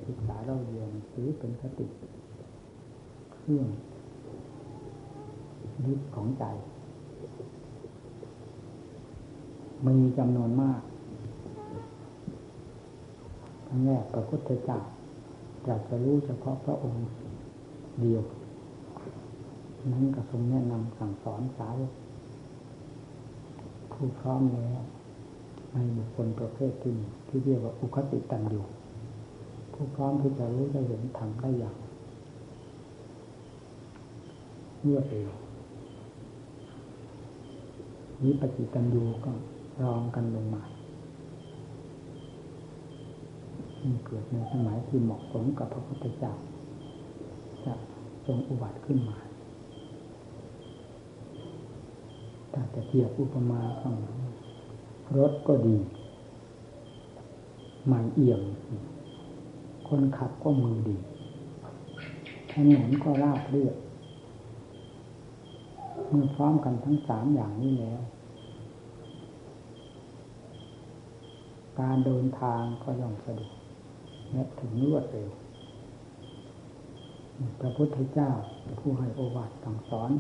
ศึกษาเราเรียนถือเป็นคติเครื่องยึดของใจมีจำนวนมากทั้งแรกพระพุทธเจ้าตรัสรู้เฉพาะพระองค์เดียวนั้นก็ทรงแนะนำสั่งสอนสาวกผู้พร้อมแล้วในบุคคลประเภทที่เรียกว่าอุคติตันยูผู้พร้อมที่จะรู้ได้เห็นธรรมได้อย่างรวดเร็ววิปัสสิตันยูก็รองกันลงมาเกิดในสมัยที่เหมาะสมกับพระพุทธเจ้าจะทรงอุบัติขึ้นมาถ้าจะเทียบอุปมาข้างหลังรถก็ดีมันเอี่ยมคนขับก็มือดีถนนก็ราบเรียบเมื่อพร้อมกันทั้งสามอย่างนี้แล้วการเดินทางก็ย่อมสะดวกและถึงรวดเร็วพระพุทธเจ้าผู้ให้โอวาทสั่งสอน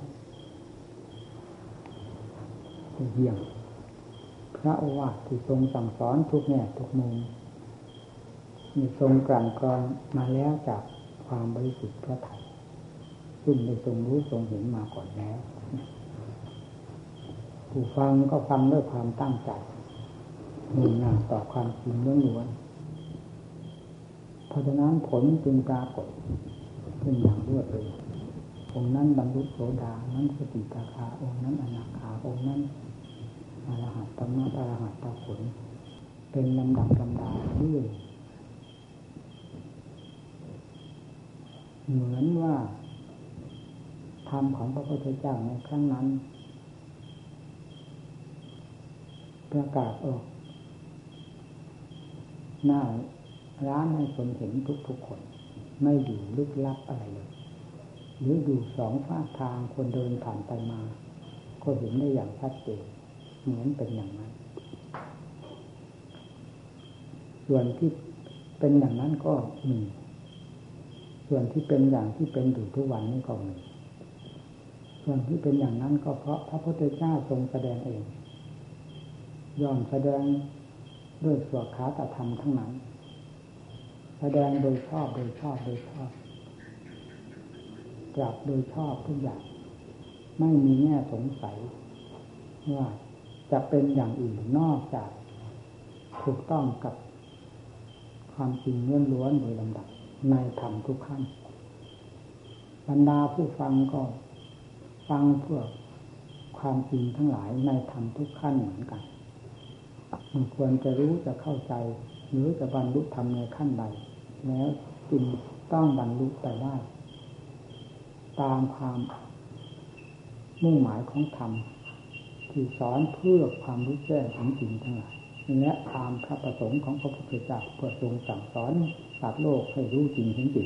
เยี่ยมพระโอวาทที่ทรงสั่งสอนทุกแง่ทุกมุมมีทรงกลั่นกรองมาแล้วจากความบริสุทธิ์พระทัยซึ่งได้ทรงรู้ทรงเห็นมาก่อนแล้วผู้ฟังก็ฟังด้วยความตั้งใจมุ่งหน้าต่อความจริงล้วนๆเพราะฉะนั้นผลจึงปรากฏขึ้นอย่างรวดเร็วองค์นั้นบรรลุโสดานั้นสกิทาคาองค์นั้นอนาคาองค์นั้นอรหัตตมรรคอรหัตตผลเป็นลำดับลำดาเรื่อยเหมือนว่าธรรมของพระพุทธเจ้าในครั้งนั้นประกาศออกหน้าร้านให้คนเห็นทุกๆคนไม่อยู่ลึกลับอะไรเลยหรืออยู่สองฝากทางคนเดินผ่านไปมาก็เห็นได้อย่างชัดเจนเหมือนเป็นอย่างนั้นส่วนที่เป็นอย่างนั้นก็มีส่วนที่เป็นอย่างที่เป็นอยู่ทุกวันนี้ก็มีส่วนที่เป็นอย่างนั้นก็เพราะพระพุทธเจ้าทรงแสดงเองย่อมแสดงด้วยสวขาตธรรมทั้งนั้นแสดงโดยชอบโดยชอบโดยชอบตรัสโดยชอบทุกอย่างไม่มีแง่สงสัยว่าจะเป็นอย่างอื่นนอกจากถูกต้องกับความจริงล้วนๆโดยลำดับในธรรมทุกขั้นบรรดาผู้ฟังก็ฟังเพื่อความจริงทั้งหลายในธรรมทุกขั้นเหมือนกันมันควรจะรู้จะเข้าใจหรือจะบรรลุธรรมในขั้นใดแล้วจึงต้องบรรลุไปได้ตามความมุ่งหมายของธรรมที่สอนเพื่อความรู้แจ้งของจริงทั้งหลายและตามพระประสงค์ของพระพุทธเจ้าเพื่อทรงสั่งสอนสัตว์โลกให้รู้จริงเห็นจริง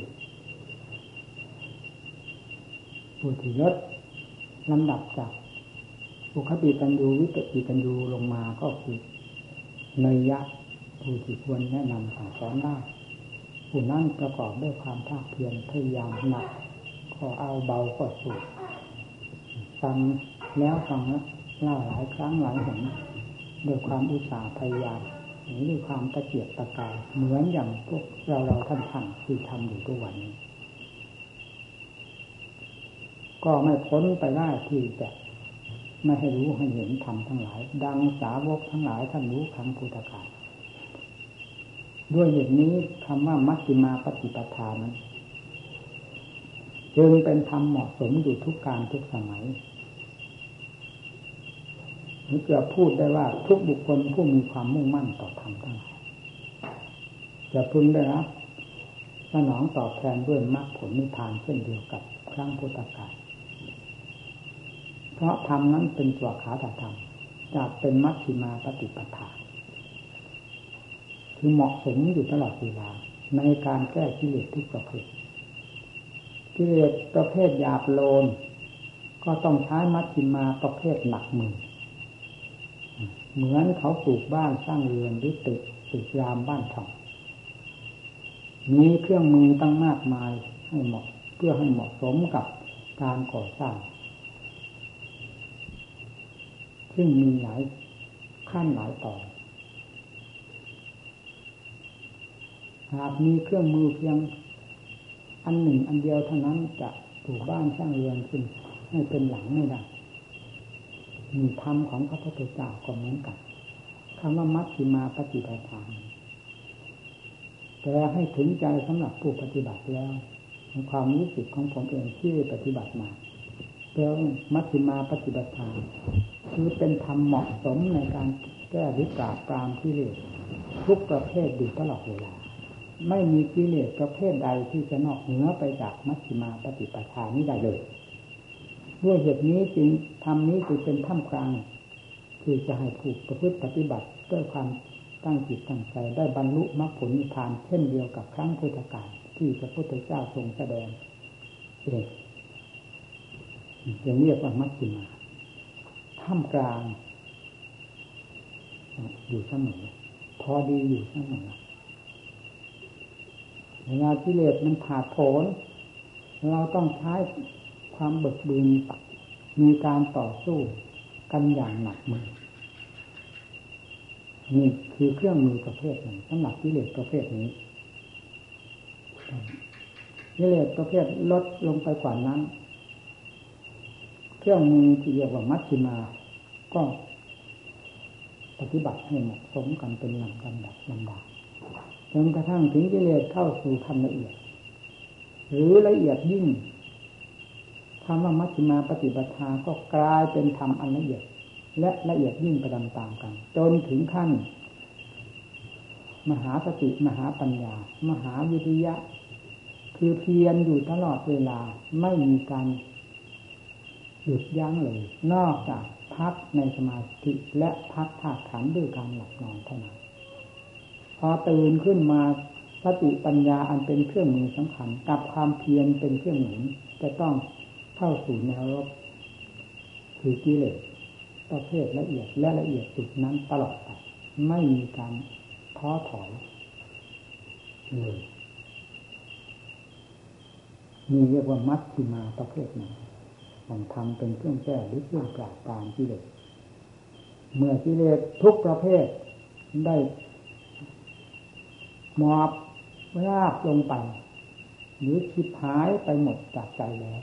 ผู้ที่ลดลำดับจากอุคติตันยูวิปติตันยูลงมาก็คือเนยยะผู้ที่ควรแนะนำสั่งสอนได้ผู้นั้นประกอบด้วยความภาคเพียรพยายามหนักก็เอาเบาก็สู้ฟังแล้วฟังเล่าหลายครั้งหลายหนด้วยความอุตสาห์พยายามหรือด้วยความตะเกียกตะกายเหมือนอย่างพวกเราท่านที่ทำอยู่ทุกวันนี้ก็ไม่พ้นไปได้ที่จะไม่ให้รู้ให้เห็นธรรมทั้งหลายดังสาวกทั้งหลายท่านรู้ครั้งพุทธกาลด้วยเหตุนี้คำว่ามัชฌิมาปฏิปทานั้นจึงเป็นธรรมเหมาะสมอยู่ทุกการทุกสมัยนี่เกือบพูดได้ว่าทุกบุคคลผู้มีความมุ่งมั่นต่อธรรมทั้งหลายจะพึงได้รับสนองตอบแทนด้วยมรรคผลนิพพานเช่นเดียวกับครั้งพุทธกาลเพราะธรรมนั้นเป็นสวขาตธรรมจะเป็นมัชฌิมาปฏิปทาคือเหมาะสมอยู่ตลอดเวลาในการแก้กิเลสทุกประเภทกิเลสประเภทหยาบโลนก็ต้องใช้มัชฌิมาประเภทหนักมือเหมือนเขาปลูกบ้านสร้างเรือนหรือตึกรามบ้านช่องมีเครื่องมือตั้งมากมายให้เหมาะเพื่อให้เหมาะสมกับการก่อสร้างซึ่งมีหลายขั้นหลายตอนหากมีเครื่องมือเพียงอันหนึ่งอันเดียวเท่านั้นจะปลูกบ้านสร้างเรือนขึ้นให้เป็นหลังไม่ได้มีธรรมของพระพุทธเจ้าก็เหมือนกันคำว่ามัชฌิมาปฏิปทาแต่ให้ถึงใจสำหรับผู้ปฏิบัติแล้วในความรู้สึกของผมเองที่ปฏิบัติมาแล้วมัชฌิมาปฏิปทาคือเป็นธรรมเหมาะสมในการแก้หรือปราบปรามกิเลสทุกประเภทอยู่ตลอดเวลาไม่มีกิเลสประเภทใดที่จะนอกเหนือไปจากมัชฌิมาปฏิปทานี้ได้เลยด้วยเหตุนี้จึงธรรมนี้จึงเป็นท่ามกลางที่จะให้ผู้ประพฤติปฏิบัติด้วยความตั้งจิตตั้งใจได้บรรลุมรรคผลนิพพานเช่นเดียวกับครั้งพุทธกาลที่พระพุทธเจ้าทรงแสดงเองจึงเรียกว่ามัชฌิมาท่ามกลางอยู่เสมอพอดีอยู่เสมอเวลากิเลสมันผาดโผนเราต้องใช้ความบึกบึนมีการต่อสู้กันอย่างหนักมือนี่คือเครื่องมือประเภทหนึ่งสำหรับกิเลสประเภทนี้กิเลสประเภทลดลงไปกว่านั้นเครื่องมือที่เรียกว่ามัชฌิมาก็ปฏิบัติให้เหมาะสมกันเป็นลำดับจนกระทั่งถึงกิเลสเข้าสู่ขั้นละเอียดหรือละเอียดยิ่งคำว่ามัชฌิมาปฏิปทาก็กลายเป็นธรรมอันละเอียดและละเอียดยิ่งไปตามๆกันจนถึงขั้นมหาสติมหาปัญญามหาวิริยะคือเพียรอยู่ตลอดเวลาไม่มีการหยุดยั้งเลยนอกจากพักในสมาธิและพักธาตุขันธ์ด้วยการหลับนอนเท่านั้นพอตื่นขึ้นมาสติปัญญาอันเป็นเครื่องมือสำคัญกับความเพียรเป็นเครื่องหนุนจะต้องเข้าสู่แนวรบคือกิเลสประเภทละเอียดและละเอียดสุดนั้นตลอดไปไม่มีการท้อถอยเลยมีเรียกว่ามัชฌิมาประเภทนั้นมันทำเป็นเครื่องแก้หรือเครื่องปราบปรามกิเลสเมื่อกิเลสทุกประเภทได้หมอบราบลงไปหรือคิดหายไปหมดจากใจแล้ว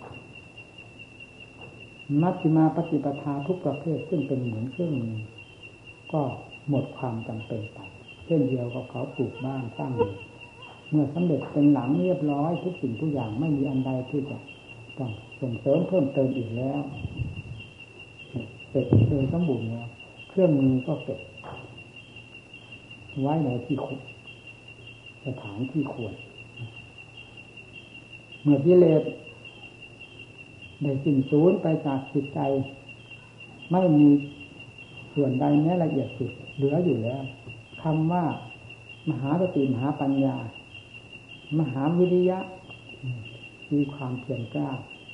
มัชฌิมาปฏิปทาทุกประเภทซึ่งเป็นเหมือนเครื่องมือก็หมดความจำเป็นไปเช่นเดียวกับเขาปลูกบ้านสร้างเรือนเมื่อสำเร็จเป็นหลังเรียบร้อยทุกสิ่งทุกอย่างไม่มีอันใดที่จะต้องส่งเสริมเพิ่มเติมอีกแล้วเสร็จโดยสมบูรณ์แล้วเครื่องมือก็เก็บไว้ในที่ควรสถานที่ควรเมื่อกิเลสได้สิ้นสูญไปจากจิตใจไม่มีส่วนใดแม้ละเอียดสุดเหลืออยู่แล้วคำว่ามหาสติมหาปัญญามหาวิริยะมีความเพียรกล้า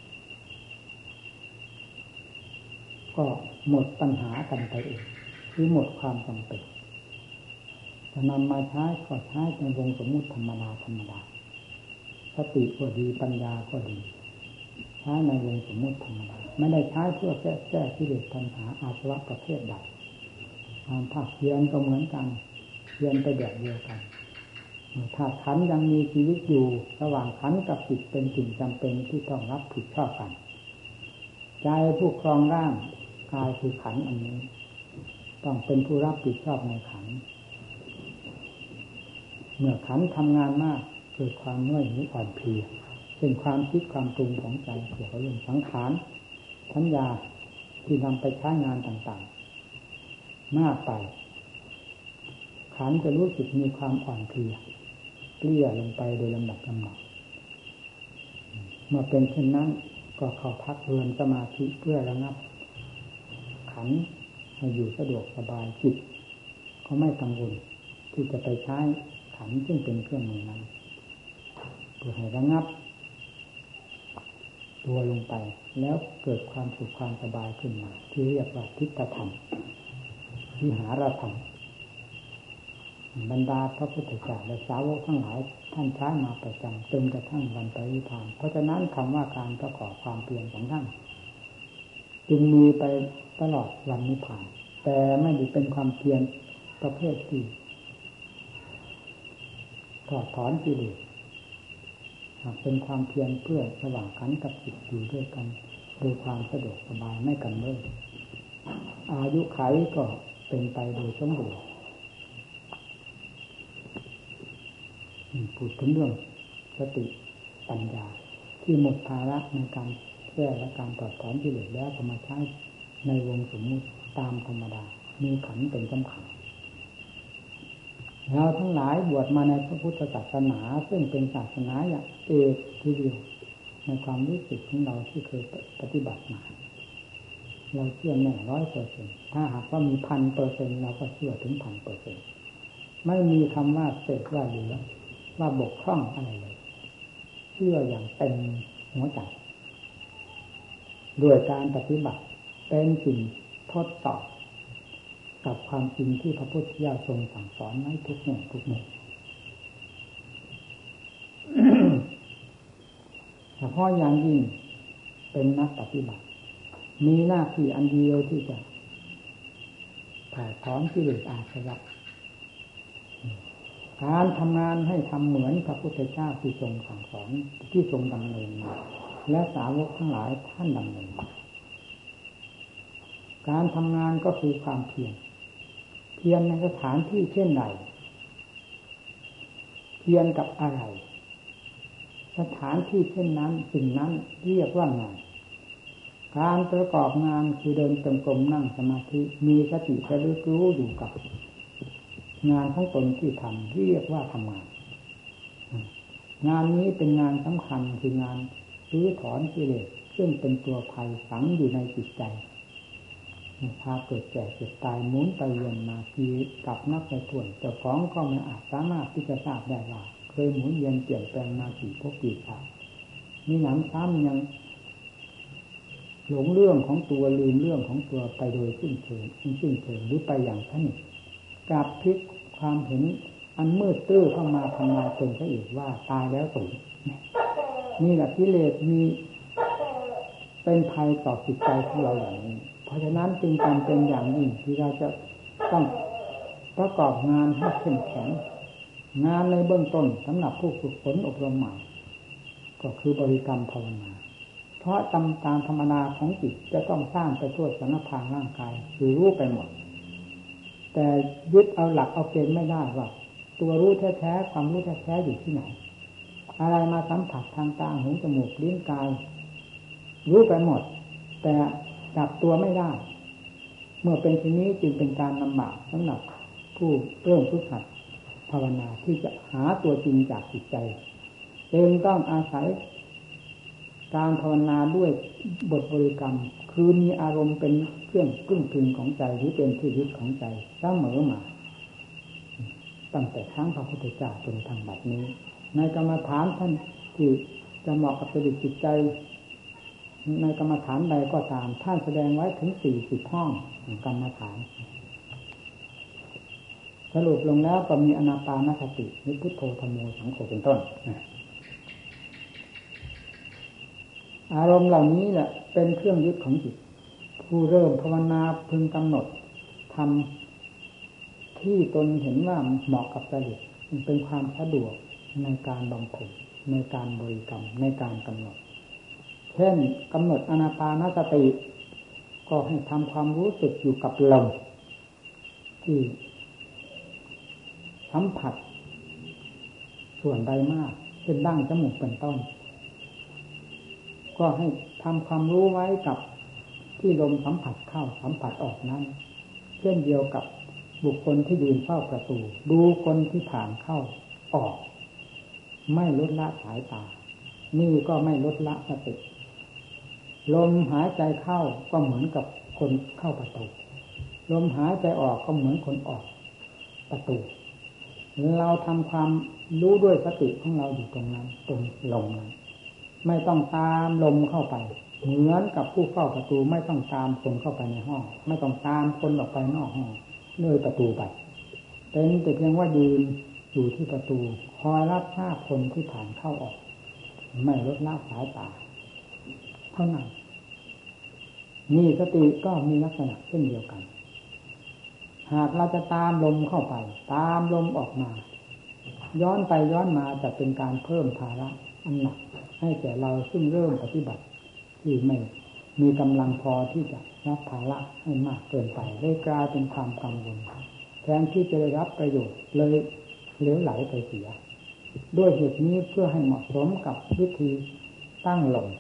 ก็หมดปัญหากันไปเองคือหมดความจำเป็นจะนำมาใช้ก็ใช้ในวงสมมุติธรรมดาสติก็ดีปัญญาก็ดีใช้ในวงสมมุติธรรมดาไม่ได้ใช้เพื่อแก้กิเลสตัณหาอาสวะประเภทใดความภาคเพียรก็เหมือนกันเพียรไปแบบเดียวกันถ้าขันธ์ยังมีชีวิตอยู่ระหว่างขันธ์กับจิตเป็นสิ่งจำเป็นที่ต้องรับผิดชอบกันใจผู้ครองร่างกายคือขันธ์อันนี้ต้องเป็นผู้รับผิดชอบในขันธ์เมื่อขันธ์ทำงานมากเกิดความเหนื่อยหรืออ่อนเพลียเป็นความคิดความปรุงของใจเกี่ยวกับเรื่องสังขารสัญญาที่นำไปใช้งานต่างๆมากไปขันธ์จะรู้สึกมีความอ่อนเพลียเกลี้ยลงไปโดยลำดับเมื่อเป็นเช่นนั้นก็เข้าพักเรือนสมาธิเพื่อระงับขันธ์ให้อยู่สะดวกสบายจิตก็ไม่กังวลที่จะไปใช้ขันธ์ซึ่งเป็นเครื่องมือนั้นเพื่อให้ระงับตัวลงไปแล้วเกิดความสุขความสบายขึ้นมาที่เรียกว่าทิฏฐธรรมวิหารธรรมบรรดาพระพุทธเจ้าและสาวกทั้งหลายท่านใช้มาประจำจนกระทั่งวันปรินิพพานเพราะฉะนั้นคำว่าการประกอบความเพียรของท่านจึงมีไปตลอดวันนิพพานแต่ไม่ได้เป็นความเพียรประเภทที่ถอดถอนกิเลสหากเป็นความเพียรเพื่อระหว่างขันธ์กับจิตอยู่ด้วยกันโดยความสะดวกสบายไม่กันเลยอายุขัยก็เป็นไปโดยสมบูรณ์พูดถึงเรื่องสติปัญญาที่หมดภาระในการแก้และการถอดถอนกิเลสแล้วก็มาใช้ในวงสมมุติตามธรรมดามีขันธ์เป็นสำคัญเราทั้งหลายบวชมาในพระพุทธศาสนาซึ่งเป็นศาสนาอย่างเอกทีเดียวในความรู้สึกของเราที่เคยปฏิบัติมาเราเชื่อแน่ 100%ถ้าหากว่ามี 1,000% เราก็เชื่อถึง 1,000%ไม่มีคำว่าเศษว่าเหลือว่าบกพร่องอะไรเลยเชื่ออย่างเต็มหัวใจด้วยการปฏิบัติเป็นสิ่งทดสอบกับความจริงที่พระพุทธเจ้าทรงสั่งสอนไว้ทุกแห่งทุกมุม เฉพาะอย่างยิ่งเป็นนักปฏิบัติมีหน้าที่อันเดียวที่จะถ่ายถอนกิเลสอาสวะการทำงานให้ทำเหมือนพระพุทธเจ้าที่ทรงสั่งสอนที่ทรงดำเนินมาและสาวกทั้งหลายท่านดำเนินมาการทำงานก็คือความเพียรในสถานที่เช่นใดเพียรกับอะไรสถานที่เช่นนั้นสิ่งนั้นเรียกว่างานการประกอบงานคือเดินจงกรมนั่งสมาธิมีสติระลึกรู้อยู่กับงานของตนที่ทำเรียกว่าทำงานงานนี้เป็นงานสำคัญคืองานรื้อถอนกิเลสซึ่งเป็นตัวภัยฝังอยู่ในจิตใจพาเกิดแก่เจ็บตายหมุนไปเวียนมาชีวิตกับนับไปถ้วนเจ้าของก็ไม่อาจสามารถที่จะทราบได้ว่าเคยหมุนเวียนเปลี่ยนแปลงมากี่ภพกี่ชาติมีหนำซ้ำยังหลงเรื่องของตัวลืมเรื่องของตัวไปโดยสิ้นเชิงหรือไปอย่างสนิทกับพลิกความเห็นอันมืดตื้อเข้ามาทำลายตนซะอีกว่าตายแล้วสูญนี่แหละกิเลสมีเป็นภัยต่อจิตใจของเราอย่างนี้เพราะฉะนั้นจึงจำเป็นอย่างยิ่งที่เราจะต้องประกอบงานให้เข้มแข็งงานในเบื้องต้นสำหรับผู้ฝึกฝนอบรมใหม่ก็คือบริกรรมภาวนาเพราะตามธรรมดาของจิตจะต้องสร้างไปทั่วสารพางร่างกายคือรู้ไปหมดแต่ยึดเอาหลักเอาเกณฑ์ไม่ได้ว่าตัวรู้แท้ๆความรู้แท้ๆอยู่ที่ไหนอะไรมาสัมผัสทางตาหูจมูกลิ้นกายรู้ไปหมดแต่จับตัวไม่ได้เมื่อเป็นทีนี้จึงเป็นการลำบากสำหรับผู้เริ่มฝึกหัดภาวนาที่จะหาตัวจริงจากจิตใจจึงต้องอาศัยการภาวนาด้วยบทบริกรรมคือมีอารมณ์เป็นเครื่องพึ่งพิงของใจหรือเป็นที่ยึดของใจเสมอมาตั้งแต่ครั้งพระพุทธเจ้าจนทางบัดนี้ในกรรมฐานท่านที่จะเหมาะกับจริตจิตใจในกรรมฐานใดก็ตามท่านแสดงไว้ถึง40ห้องกรรมฐานสรุปลงแล้วก็มีอานาปานสตินิพุทโธธัมโมสังโฆเป็นต้นอารมณ์เหล่านี้แหละเป็นเครื่องยึดของจิตผู้เริ่มภาวนาพึงกำหนดทำที่ตนเห็นว่าเหมาะกับจริตเป็นความสะดวกในการบำเพ็ญในการบริกรรมในการกำหนดเช่นกำหนดอานาปานสติก็ให้ทำความรู้สึกอยู่กับลมที่สัมผัสส่วนใดมากเช่นดั้งจมูกเป็นต้นก็ให้ทำความรู้ไว้กับที่ลมสัมผัสเข้าสัมผัสออกนั้นเช่นเดียวกับบุคคลที่ยืนเฝ้าประตูดูคนที่ผ่านเข้าออกไม่ลดละสายตานี่ก็ไม่ลดละสติลมหายใจเข้าก็เหมือนกับคนเข้าประตูลมหายใจออกก็เหมือนคนออกประตูเราทำความรู้ด้วยสติของเราอยู่ตรงนั้นตรงลมนั้นไม่ต้องตามลมเข้าไปเหมือนกับผู้เฝ้าประตูไม่ต้องตามคนเข้าไปในห้องไม่ต้องตามคนออกไปนอกห้องเลยประตูไปเป็นแต่เพียงว่ายืนอยู่ที่ประตูคอยรับทราบคนที่ผ่านเข้าออกไม่ลดละสายตาเท่านั้นนี่สติก็มีลักษณะเช่นเดียวกันหากเราจะตามลมเข้าไปตามลมออกมาย้อนไปย้อนมาจะเป็นการเพิ่มภาระอันหนักให้แก่เราซึ่งเริ่มปฏิบัติที่ไม่มีกำลังพอที่จะรับภาระให้มากเกินไปเลยกลายเป็นความกังวลแทนที่จะได้รับประโยชน์เลยเหลวไหลไปเสียด้วยเหตุนี้เพื่อให้เหมาะสมกับวิธีตั้งลม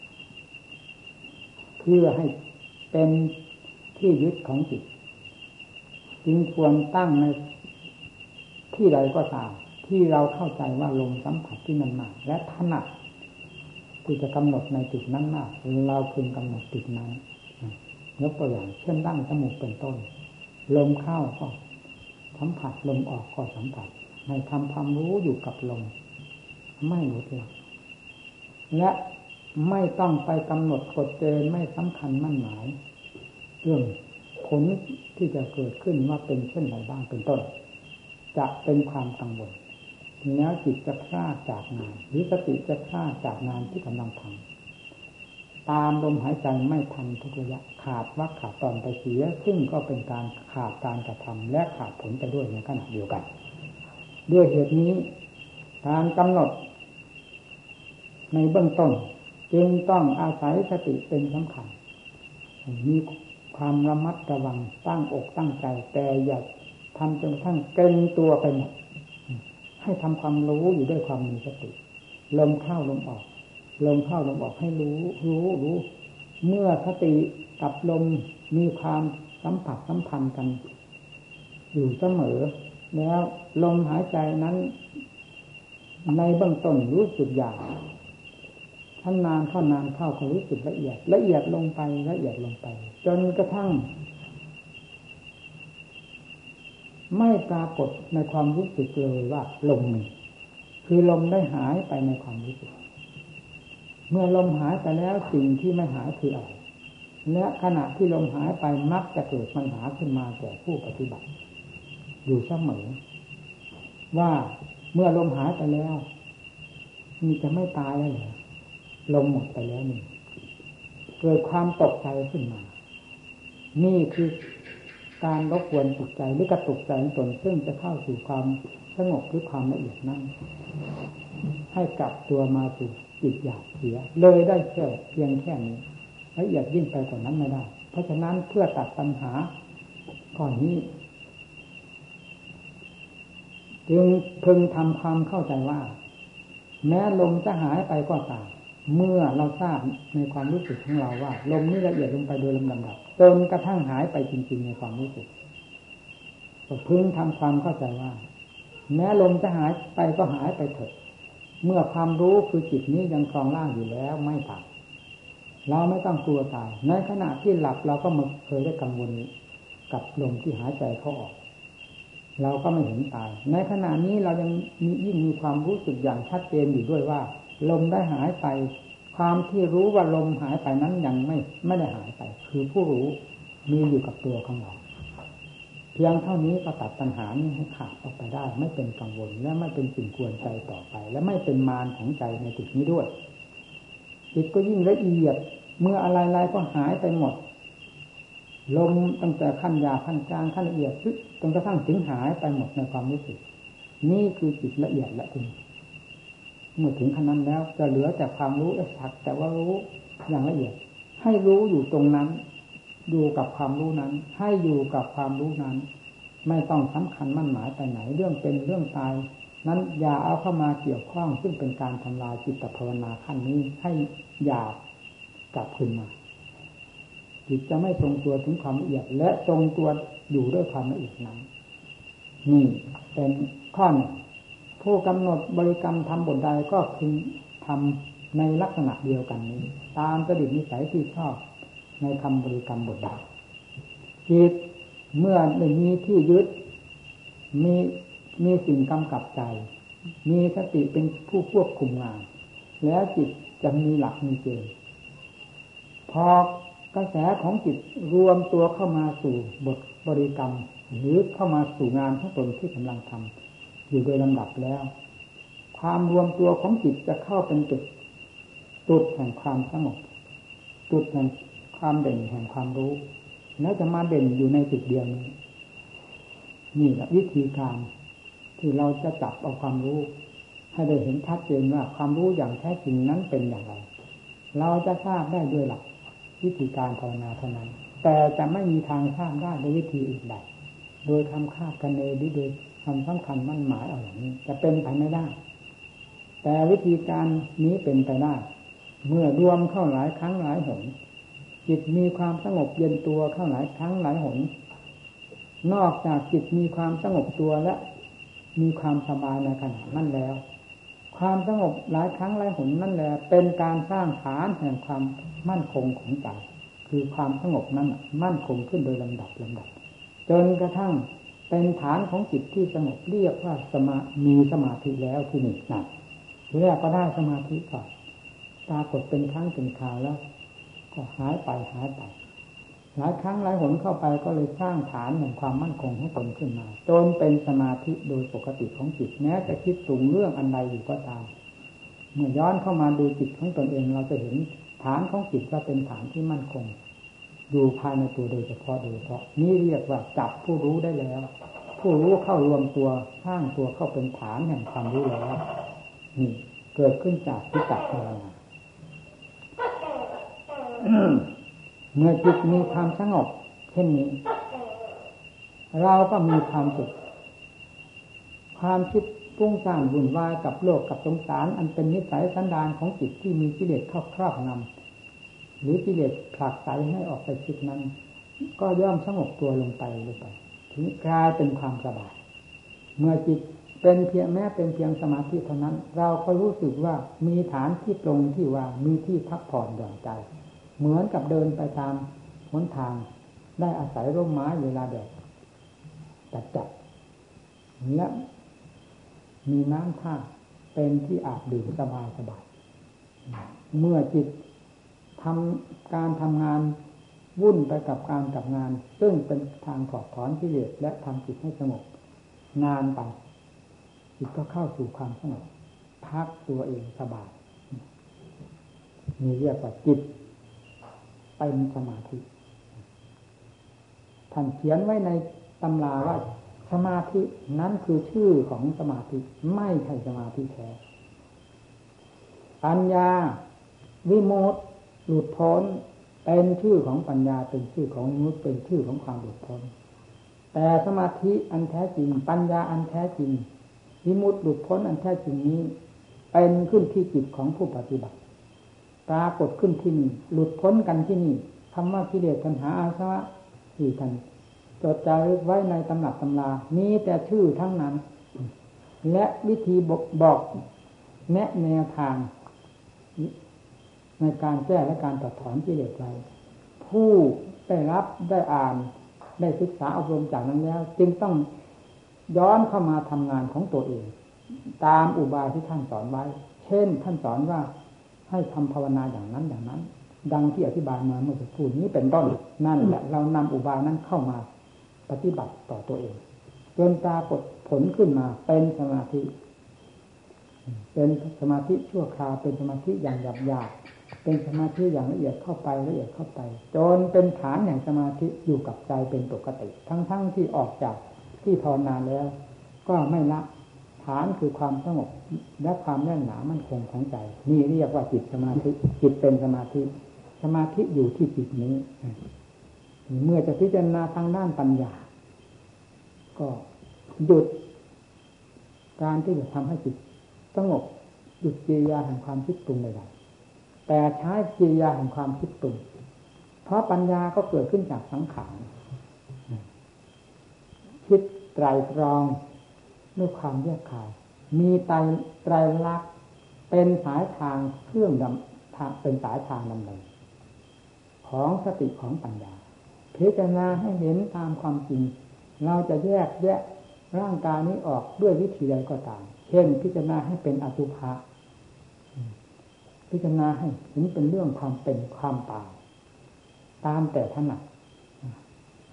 เพื่อให้เป็นที่ยึดของจิตจึงควรตั้งในที่ใดก็ตามที่เราเข้าใจว่าลมสัมผัสที่มันมากและถนัดที่จะกำหนดในจุดนั้นมากเราพึงกำหนดจุดนั้นยกตัวอย่างเช่นดั้งจมูกเป็นต้นลมเข้าก็สัมผัสลมออกก็สัมผัสให้ทำความรู้อยู่กับลมไม่หลุดหลักและไม่ต้องไปกำหนดกฎเกณฑ์ไม่สำคัญมั่นหมายเรื่องผลที่จะเกิดขึ้นว่าเป็นเช่นไรบ้างเป็นต้นจะเป็นความกังวลแล้วจิตจะพลาดจากงานหรือสติจะพลาดจากงานที่กำลังทำตามลมหายใจไม่ทันทุกระยะขาดวรรคขาดตอนไปเสียซึ่งก็เป็นการขาดการกระทำและขาดผลไปด้วยในขณะเดียวกันด้วยเหตุนี้การกำหนดในเบื้องต้นจึงต้องอาศัยสติเป็นสำคัญมีความระมัดระวังตั้งอกตั้งใจแต่อย่าทำจนกระทั่งเกร็งตัวไปหมดให้ทำความรู้อยู่ด้วยความมีสติลมเข้าลมออกลมเข้าลมออกให้รู้เมื่อสติกับลมมีความสัมผัสสัมพันธ์กันอยู่เสมอแล้วลมหายใจนั้นในเบื้องต้นรู้สึกหยาบท่านนานเข้าก็รู้สึกละเอียดลงไปจนกระทั่งไม่ปรากฏในความรู้สึกเลยว่าลมมีคือลมได้หายไปในความรู้สึกเมื่อลมหายไปแล้วสิ่งที่ไม่หายคืออะไรและขณะที่ลมหายไปมักจะเกิดปัญหาขึ้นมาแก่ผู้ปฏิบัติอยู่เสมอว่าเมื่อลมหายไปแล้วมีจะไม่ตายแล้วเหรอลมหมดไปแล้วนี่เกิดความตกใจขึ้นมานี่คือการรบกวนจิตใจหรือกระตุกใจตนซึ่งจะเข้าสู่ความสงบหรือความละเอียดนั้นให้กลับตัวมาสู่จิตหยาบเสียเลยได้แค่เพียงแค่นี้ละเอียดยิ่งไปกว่านั้นไม่ได้เพราะฉะนั้นเพื่อตัดปัญหาก่อนนี้จึงพึงทำความเข้าใจว่าแม้ลมจะหายไปก็ตามเมื่อเราทราบในความรู้สึกของเราว่าลมนี้ละเอียดลงไปโดยลำดับจนกระทั่งหายไปจริงๆในความรู้สึกก็พึงทำความเข้าใจว่าแม้ลมจะหายไปก็หายไปเถอะเมื่อความรู้คือจิตนี้ยังครองร่างอยู่แล้วไม่ตายเราไม่ต้องกลัวตายในขณะที่หลับเราก็เคยได้กังวลกับลมที่หายใจเข้าออกเราก็ไม่เห็นตายในขณะนี้เรายังยิ่งมีความรู้สึกอย่างชัดเจนอยู่ด้วยว่าลมได้หายไปความที่รู้ว่าลมหายไปนั้นยังไม่ได้หายไปคือผู้รู้มีอยู่กับตัวของเราเพียงเท่านี้ก็ตัดปัญหานี้ให้ขาดออกไปได้ไม่เป็นกังวลและไม่เป็นสิ่งกวนใจต่อไปและไม่เป็นมารของใจในจุดนี้ด้วยจิตก็ยิ่งละเอียดเมื่ออะไรๆก็หายไปหมดลมตั้งแต่ขั้นหยาบขั้นกลางขั้นละเอียดจนกระทั่งถึงหายไปหมดในความรู้สึกนี่คือจิตละเอียดและจริงเมื่อถึงขั้นนั้นแล้วจะเหลือแต่ความรู้สักแต่ว่ารู้อย่างละเอียดให้รู้อยู่ตรงนั้นอยู่กับความรู้นั้นให้อยู่กับความรู้นั้นไม่ต้องสำคัญมั่นหมายไปไหนเรื่องเป็นเรื่องตายนั้นอย่าเอาเข้ามาเกี่ยวข้องซึ่งเป็นการทำลายจิตภาวนาขั้นนี้ให้หยาบกลับขึ้นมาจิตจะไม่ทรงตัวถึงความละเอียดและทรงตัวอยู่ด้วยความละเอียดนั้นนี่เป็นข้อหนึ่งผู้กำหนดบริกรรมทำบทใดก็คือทำในลักษณะเดียวกันนี้ตามจริตนิสัยที่ชอบในคำบริกรรมบทใดจิตเมื่อได้มีที่ยึดมีสิ่งกำกับใจมีสติเป็นผู้ควบคุมงานแล้วจิตจะมีหลักมีเกณฑ์พอกระแสของจิตรวมตัวเข้ามาสู่บทบริกรรมหรือเข้ามาสู่งานของตนที่กำลังทำอยู่โดยลำดับแล้วความรวมตัวของจิตจะเข้าเป็นจุดแห่งความสงบจุดแห่งความเด่นแห่งความรู้แล้วจะมาเด่นอยู่ในจุดเดียวนี้นี่แหละวิธีการที่เราจะจับเอาความรู้ให้ได้เห็นชัดเจนว่าความรู้อย่างแท้จริงนั้นเป็นอย่างไรเราจะทราบได้ด้วยหลักวิธีการภาวนาเท่านั้นแต่จะไม่มีทางทราบได้ด้วยวิธีอื่นใดโดยคำคาดคะเนหรือโดยความสำคัญมั่นหมายเอาอย่างนี้จะเป็นไปไม่ได้แต่วิธีการนี้เป็นไปได้เมื่อรวมเข้าหลายครั้งหลายหนจิตมีความสงบเย็นตัวเข้าหลายครั้งหลายหนนอกจากจิตมีความสงบตัวและมีความสบายในขณะนั้นแล้วความสงบหลายครั้งหลายหนนั่นแหละเป็นการสร้างฐานแห่งความมั่นคงของใจคือความสงบนั้นมั่นคงขึ้นโดยลำดับจนกระทั่งเป็นฐานของจิตที่สงบเรียกว่ามีสมาธิแล้วที่นี่นะทีแรกก็ได้สมาธิก่อนปรากฏเป็นครั้งเป็นคราวแล้วก็หายไปหลายครั้งหลายหนเข้าไปก็เลยสร้างฐานแห่งความมั่นคงให้ตนขึ้นมาจนเป็นสมาธิโดยปกติของจิตแม้จะคิดปรุงเรื่องอันใดอยู่ก็ตามเมื่อย้อนเข้ามาดูจิตของตนเองเราจะเห็นฐานของจิตว่าเป็นฐานที่มั่นคงอยู่ภายในตัวโดยเฉพาะนี่เรียกว่าจับผู้รู้ได้แล้วผู้รู้เข้ารวมตัวสร้างตัวเข้าเป็นฐานแห่งความรู้แล้วนี่เกิดขึ้นจากวิจักภาวนาเมื่อจิตมีความสงบเช่นนี้เราก็มีความสุขความคิดฟุ้งซ่านวุ่นวายกับโลกกับสงสารอันเป็นนิสัยสันดานของจิตที่มีกิเลสครอบงำหรือกิเลสผลักไสให้ออกไปคิดนั้นก็ย่อมสงบตัวลงไปถึงกลายเป็นความสบายเมื่อจิตเป็นเพียงแม้เป็นเพียงสมาธิเท่านั้นเราก็รู้สึกว่ามีฐานที่ตรงที่ว่ามีที่พักผ่อนหย่อนใจเหมือนกับเดินไปตามหนทางได้อาศัยร่มไม้เวลาแดดจัดและมีน้ำท่าเป็นที่อาบดื่มสบายเมื่อจิตทำการทำงานวุ่นไปกับการกับงานซึ่งเป็นทางถอดถอนกิเลสและทำจิตให้สงบนานไปจิตก็เข้าสู่ความสงบพักตัวเองสบายนี่เรียกว่าจิตเป็นสมาธิท่านเขียนไว้ในตำราว่าสมาธินั้นคือชื่อของสมาธิไม่ใช่สมาธิแท้ปัญญาวิมุตติหลุดพ้นเป็นชื่อของปัญญาเป็นชื่อของวิมุตติเป็นชื่อของความหลุดพ้นแต่สมาธิอันแท้จริงปัญญาอันแท้จริงวิมุตติหลุดพ้นอันแท้จริงนี้เป็นขึ้นที่จิตของผู้ปฏิบัติปรากฏขึ้นที่นี่หลุดพ้นกันที่นี่คำว่ากิเลสตัณหาอาสวะที่ท่านจดจารึกไว้ในตำรับตำรามีแต่ชื่อทั้งนั้นและวิธีบอกแนะแนวทางในการแก้และการตัดถอนกิเลสไว้ผู้ได้รับได้อ่านได้ศึกษาอบรมจากนั้นแล้วจึงต้องย้อนเข้ามาทำงานของตัวเองตามอุบายที่ท่านสอนไว้เช่นท่านสอนว่าให้ทำภาวนาอย่างนั้นดังที่อธิบายมาเมื่อสักครู่นี้เป็นต้นนั่นแหละเรานำอุบายนั้นเข้ามาปฏิบัติต่อตัวเองจนปรากฏผลขึ้นมาเป็นสมาธิชั่วคราวเป็นสมาธิอย่างหยาบๆเป็นสมาธิอย่างละเอียดเข้าไปจนเป็นฐานแห่งสมาธิอยู่กับใจเป็นปกติทั้งที่ออกจากที่ภาวนาแล้วก็ไม่ละฐานคือความสงบและความแน่นหนามั่นคงของใจนี่เรียกว่าจิตสมาธิจิตเป็นสมาธิอยู่ที่จิตนี้เมื่อจะพิจารณาทางด้านปัญญาก็หยุดการที่จะทำให้จิตสงบหยุดกิริยาแห่งความคิดปรุงใดๆแต่ใช้กิริยาแห่งความคิดปรุงเพราะปัญญาก็เกิดขึ้นจากสังขารคิดไตรตรองด้วยความแยกขายมีไตรลักษณ์เป็นสายทางเครื่องเป็นสายทางดำเนินของสติของปัญญาพิจารณาให้เห็นตามความจริงเราจะแยกแยะร่างกายนี้ออกด้วยวิธีใดก็ตามเช่นพิจารณาให้เป็นอสุภะพิจารณาให้เห็นเป็นเรื่องความเป็นความตายตามแต่ถนัด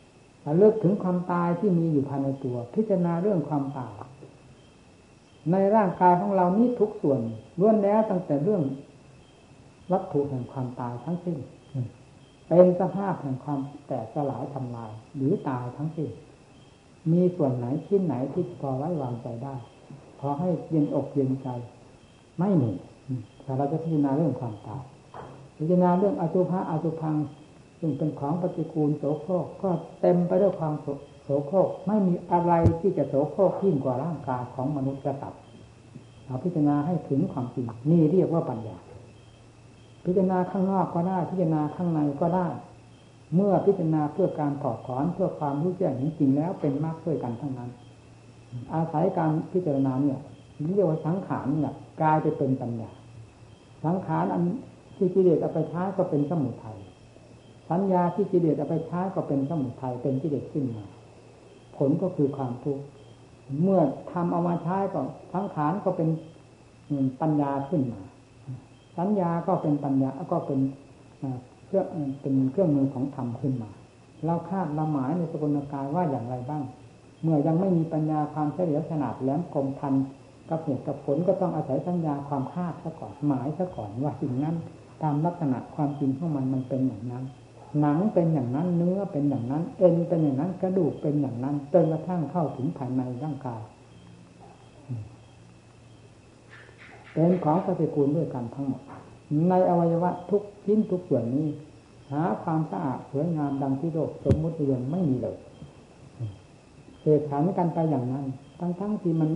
ระลึกถึงความตายที่มีอยู่ภายในตัวพิจารณาเรื่องความตายในร่างกายของเรานี้ทุกส่วนล้วนแล้วตั้งแต่เรื่องวัตถุแห่งความตายทั้งสิ้นเป็นสภาพแห่งความแตกสลายทำลายหรือตายทั้งสิ้นมีส่วนไหนชิ้นไหนที่พอไว้วางใจได้พอให้เย็นอกเย็นใจไม่มีแต่เราจะพิจารณาเรื่องความตายพิจารณาเรื่องอสุภะอสุภังซึ่งเป็นของปฏิกูลโสโครกก็เต็มไปด้วยความโสโครกไม่มีอะไรที่จะโสโครกยิ่งกว่าร่างกายของมนุษย์กษัตริย์เราพิจารณาให้ถึงความจริงนี่เรียกว่าปัญญาพิจารณาข้างนอกก็ได้พิจารณาข้างในก็ได้เมื่อพิจารณาเพื่อการถอดถอนเพื่อความรู้แจ้งจริงแล้วเป็นมรรคด้วยกันทั้งนั้นอาศัยการพิจารณาเนี่ยเรียกว่าสังขารเนี่ยกลายไปเป็นปัญญาสังขารอันที่กิเลสเอาไปใช้ก็เป็นสมุทัยสัญญาที่กิเลสเอาไปใช้ก็เป็นสมุทัยเป็นกิเลสขึ้นมาผลก็คือความทุกข์เมื่อทำเอามาใช้ก็สังขารก็เป็นปัญญาขึ้นมาสัญญาก็เป็นปัญญาก็เป็นเครื่องมือของธรรมขึ้นมาเราคาดเราหมายในสกุลกายว่าอย่างไรบ้างเมื่อยังไม่มีปัญญาความเฉลียวฉลาดแหลมคมทันกับเหตุกับผลก็ต้องอาศัยสัญญาความคาดซะก่อนหมายซะก่อนว่าสิ่งนั้นตามลักษณะความจริงของมันเป็นอย่างนั้นหนังเป็นอย่างนั้นเนื้อเป็นอย่างนั้นเอ็นเป็นอย่างนั้นกระดูกเป็นอย่างนั้นจนกระทั่งเข้าถึงภายในร่างกายเป็นของปฏิกูลด้วยกันทั้งหมดในอวัยวะทุกชิ้นทุกส่วนนี้หาความสะอาดสวยงามดังที่โลกสมมุตินิยมไม่มีเลยเสกสรรกันไปอย่างนั้นทั้งที่มัน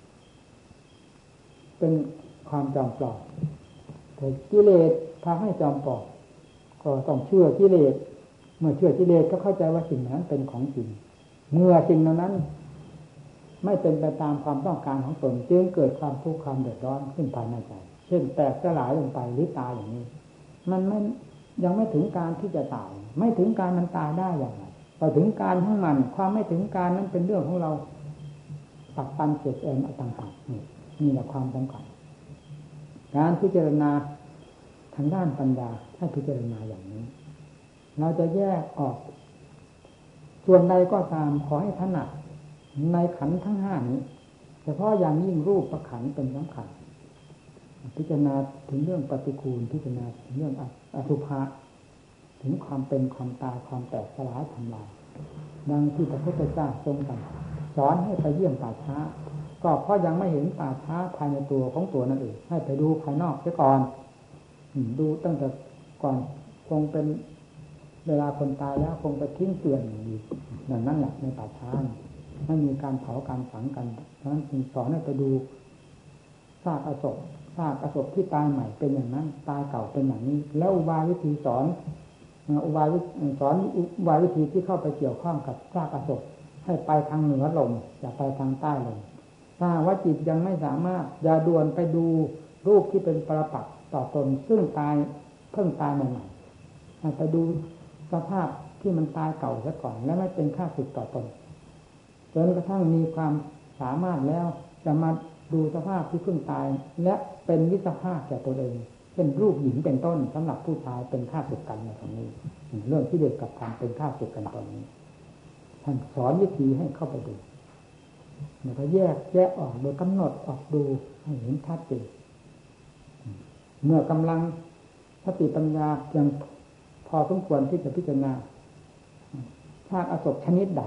เป็นความจอมปลอมแต่กิเลสพาให้จอมปลอมก็ต้องเชื่อกิเลสเมื่อเชื่อกิเลสก็เข้าใจว่าสิ่งนั้นเป็นของจริงเมื่อสิ่งนั้นไม่เป็นไปตามความต้องการของตนจึงเกิดความทุกข์ความเดือดร้อนขึ้นภายในใจเช่นแตกสลายลงไปหรือตายอย่างนี้มันไม่ยังไม่ถึงการที่จะตายไม่ถึงการมันตายได้อย่างไรพอถึงการของมันความไม่ถึงการนั้นเป็นเรื่องของเราปักปันเสกเองต่างๆนี่แหละความสำคัญการพิจารณาทางด้านปัญญาให้พิจารณาอย่างนี้เราจะแยกออกส่วนใดก็ตามขอให้ถนัดในขันธ์ทั้งห้านี้เฉพาะอย่างยิ่งรูปประขันธ์เป็นสำคัญพิจารณาถึงเรื่องปฏิกูลพิจารณาถึงเรื่องอสุภะถึงความเป็นความตายความแตกสลายทำลายดังที่พระพุทธเจ้าทรงสอนให้ไปเยี่ยมป่าช้าก็เพราะยังไม่เห็นป่าช้าภายในตัวของตัวนั่นเองให้ไปดูภายนอกเสียก่อนดูตั้งแต่ก่อนคงเป็นเวลาคนตายแล้วคงไปทิ้งเกลื่อนอยู่อย่างนั้นแหละในป่าช้าไม่มีการเผาการฝังกันเพราะฉะนั้นจึงสอนให้ไปดูซากอศพที่ตายใหม่เป็นอย่างนั้นตายเก่าเป็นอย่างนี้แล้วอุบายวิธีสอนอุบายวิธีที่เข้าไปเกี่ยวข้องกับซากอศพให้ไปทางเหนือลงอย่าไปทางใต้ลงถ้าว่าจิตยังไม่สามารถอย่าด่วนไปดูรูปที่เป็นปรปักษ์ต่อตนซึ่งตายเพิ่งตายใหม่ๆไปดูสภาพที่มันตายเก่าซะก่อนและไม่เป็นค่าศึกต่อตนจนกระทั่งมีความสามารถแล้วจะมาดูสภาพที่เพิ่งตายและเป็นวิสภาพแก่ตัวเองเช่นรูปหญิงเป็นต้นสำหรับผู้ชายเป็นค่าศึกกันในตรงนี้เรื่องที่เด็กกับธรรมเป็นค่าศึกกันตอนนี้ท่านสอนวิธีให้เข้าไปดูแล้วก็แยกออกโดยกำหนดออกดูให้เห็นชัดเจนเมื่อกำลังสติปัญญายังพอสมควรที่จะพิจารณาซากอศพชนิดใด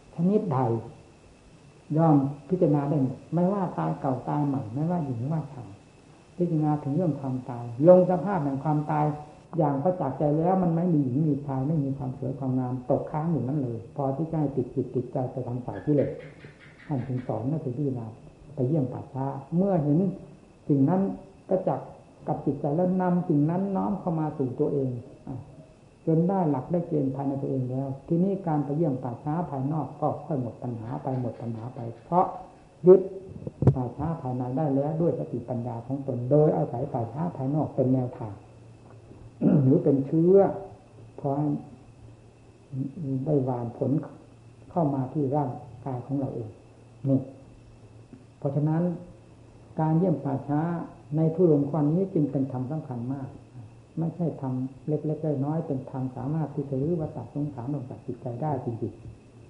ย่อมพิจารณาได้หมดไม่ว่าตายเก่าตายใหม่ไม่ว่าหญิงว่าชายพิจารณาถึงเรื่องความตายลงสภาพแห่งความตายอย่างประจักษ์ใจแล้วมันไม่มีหญิงมีชายไม่มีความสวยความงามตกค้างอยู่นั่นเลยพอที่จะให้ติดจิตติดใจไปทางฝ่ายที่เหล็กท่านถึงสอนให้ไปพิจารณาไปเยี่ยมป่าช้าเมื่อเห็นสิ่งนั้นประจักษ์กับจิตใจแล้วนำสิ่งนั้นน้อมเข้ามาสู่ตัวเองจนได้หลักได้เกณฑ์ภายในตัวเองแล้วทีนี้การไปเยี่ยมป่าช้าภายนอกก็ค่อยหมดปัญหาไปเพราะยึดป่าช้าภายในได้แล้วด้วยสติปัญญาของตนโดยอาศัยป่าช้าภายนอกเป็นแนวทาง หรือเป็นเชื้อพอได้หวานผลเข้ามาที่ร่างกายของเราเองนี่เพราะฉะนั้นการเยี่ยมป่าช้าในทุรมความนี้จึงเป็นธรรมสำคัญมากไม่ใช่ทำเล็กๆน้อยๆเป็นทางสามารถที่จะรื้อวัฏสงสารออกจากจิตใจได้จริง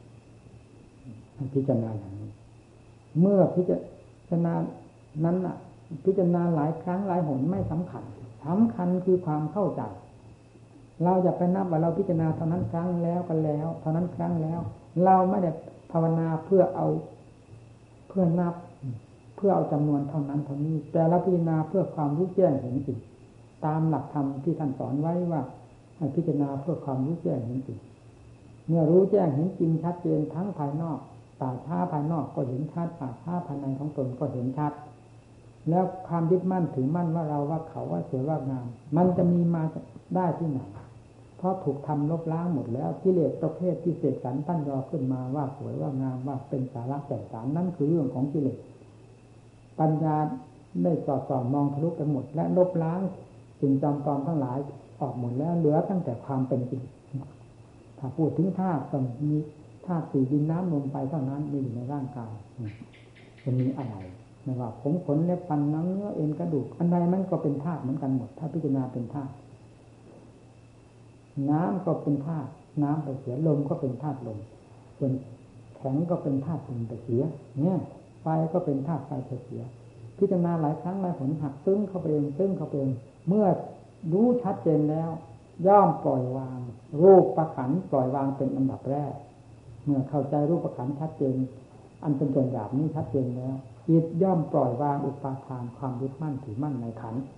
พิจารณาอย่างนี้เมื่อพิจารณานั้นน่ะพิจารณาหลายครั้งหลายหนไม่สำคัญสำคัญคือความเข้าใจเราจะไปนับว่าเราพิจารณาเท่านั้นครั้งแล้วกันแล้วเท่านั้นครั้งแล้วเราไม่ได้ภาวนาเพื่อนับเพื่อเอาจำนวนเท่านั้นเท่านี้แต่เราพิจารณาเพื่อความรู้แจ้งเห็นจริงตามหลักธรรมที่ท่านสอนไว้ว่าให้พิจารณาเพื่อความรู้แจ้งเห็นจริงเมื่อรู้แจ้งเห็นจริงชัดเจนทั้งภายนอกป่าช้าภายนอกก็เห็นชัดป่าช้าภายในของตนก็เห็นชัดแล้วความยึดมั่นถือมั่นว่าเราว่าเขาว่าสวยว่างามมันจะมีมาได้ที่ไหนเพราะถูกทำลบล้างหมดแล้วกิเลสประเภทที่เสกสรรปั้นยอขึ้นมาว่าสวยว่างามว่าเป็นสาระแก่นสารนั่นคือเรื่องของกิเลสปัญญาได้สอดส่องมองทะลุไปหมดและลบล้างสิ่งจำปลอมทั้งหลายออกหมดแล้วเหลือตั้งแต่ความเป็นจริงถ้าพูดถึงธาตุก็มีธาตุสี่ดินน้ำลมไฟเท่านั้นมีอยู่ในร่างกายจะมีอะไรไม่ว่าผมขนเล็บฟันน้ำเนื้อเอ็นกระดูกอันใดมันก็เป็นธาตุเหมือนกันหมดถ้าพิจารณาเป็นธาตุน้ำก็เป็นธาตุน้ำไปเสียลมก็เป็นธาตุลมส่วนแข็งก็เป็นธาตุดินไปเสียเนี่ยไฟก็เป็นธาตุไฟไปเสียพิจารณาหลายครั้งหลายหนหักซึ้งเข้าไปเองซึ้งเข้าไปเองเมื่อรู้ชัดเจนแล้วย่อมปล่อยวางรูปประขันปล่อยวางเป็นอันดับแรกเมื่อเข้าใจรูปประขันชัดเจนอันเป็นส่วนหยาบนี้ชัดเจนแล้วจิตย่อมปล่อยวางอุปาทานความยึดมั่นถือมั่นในขันธ์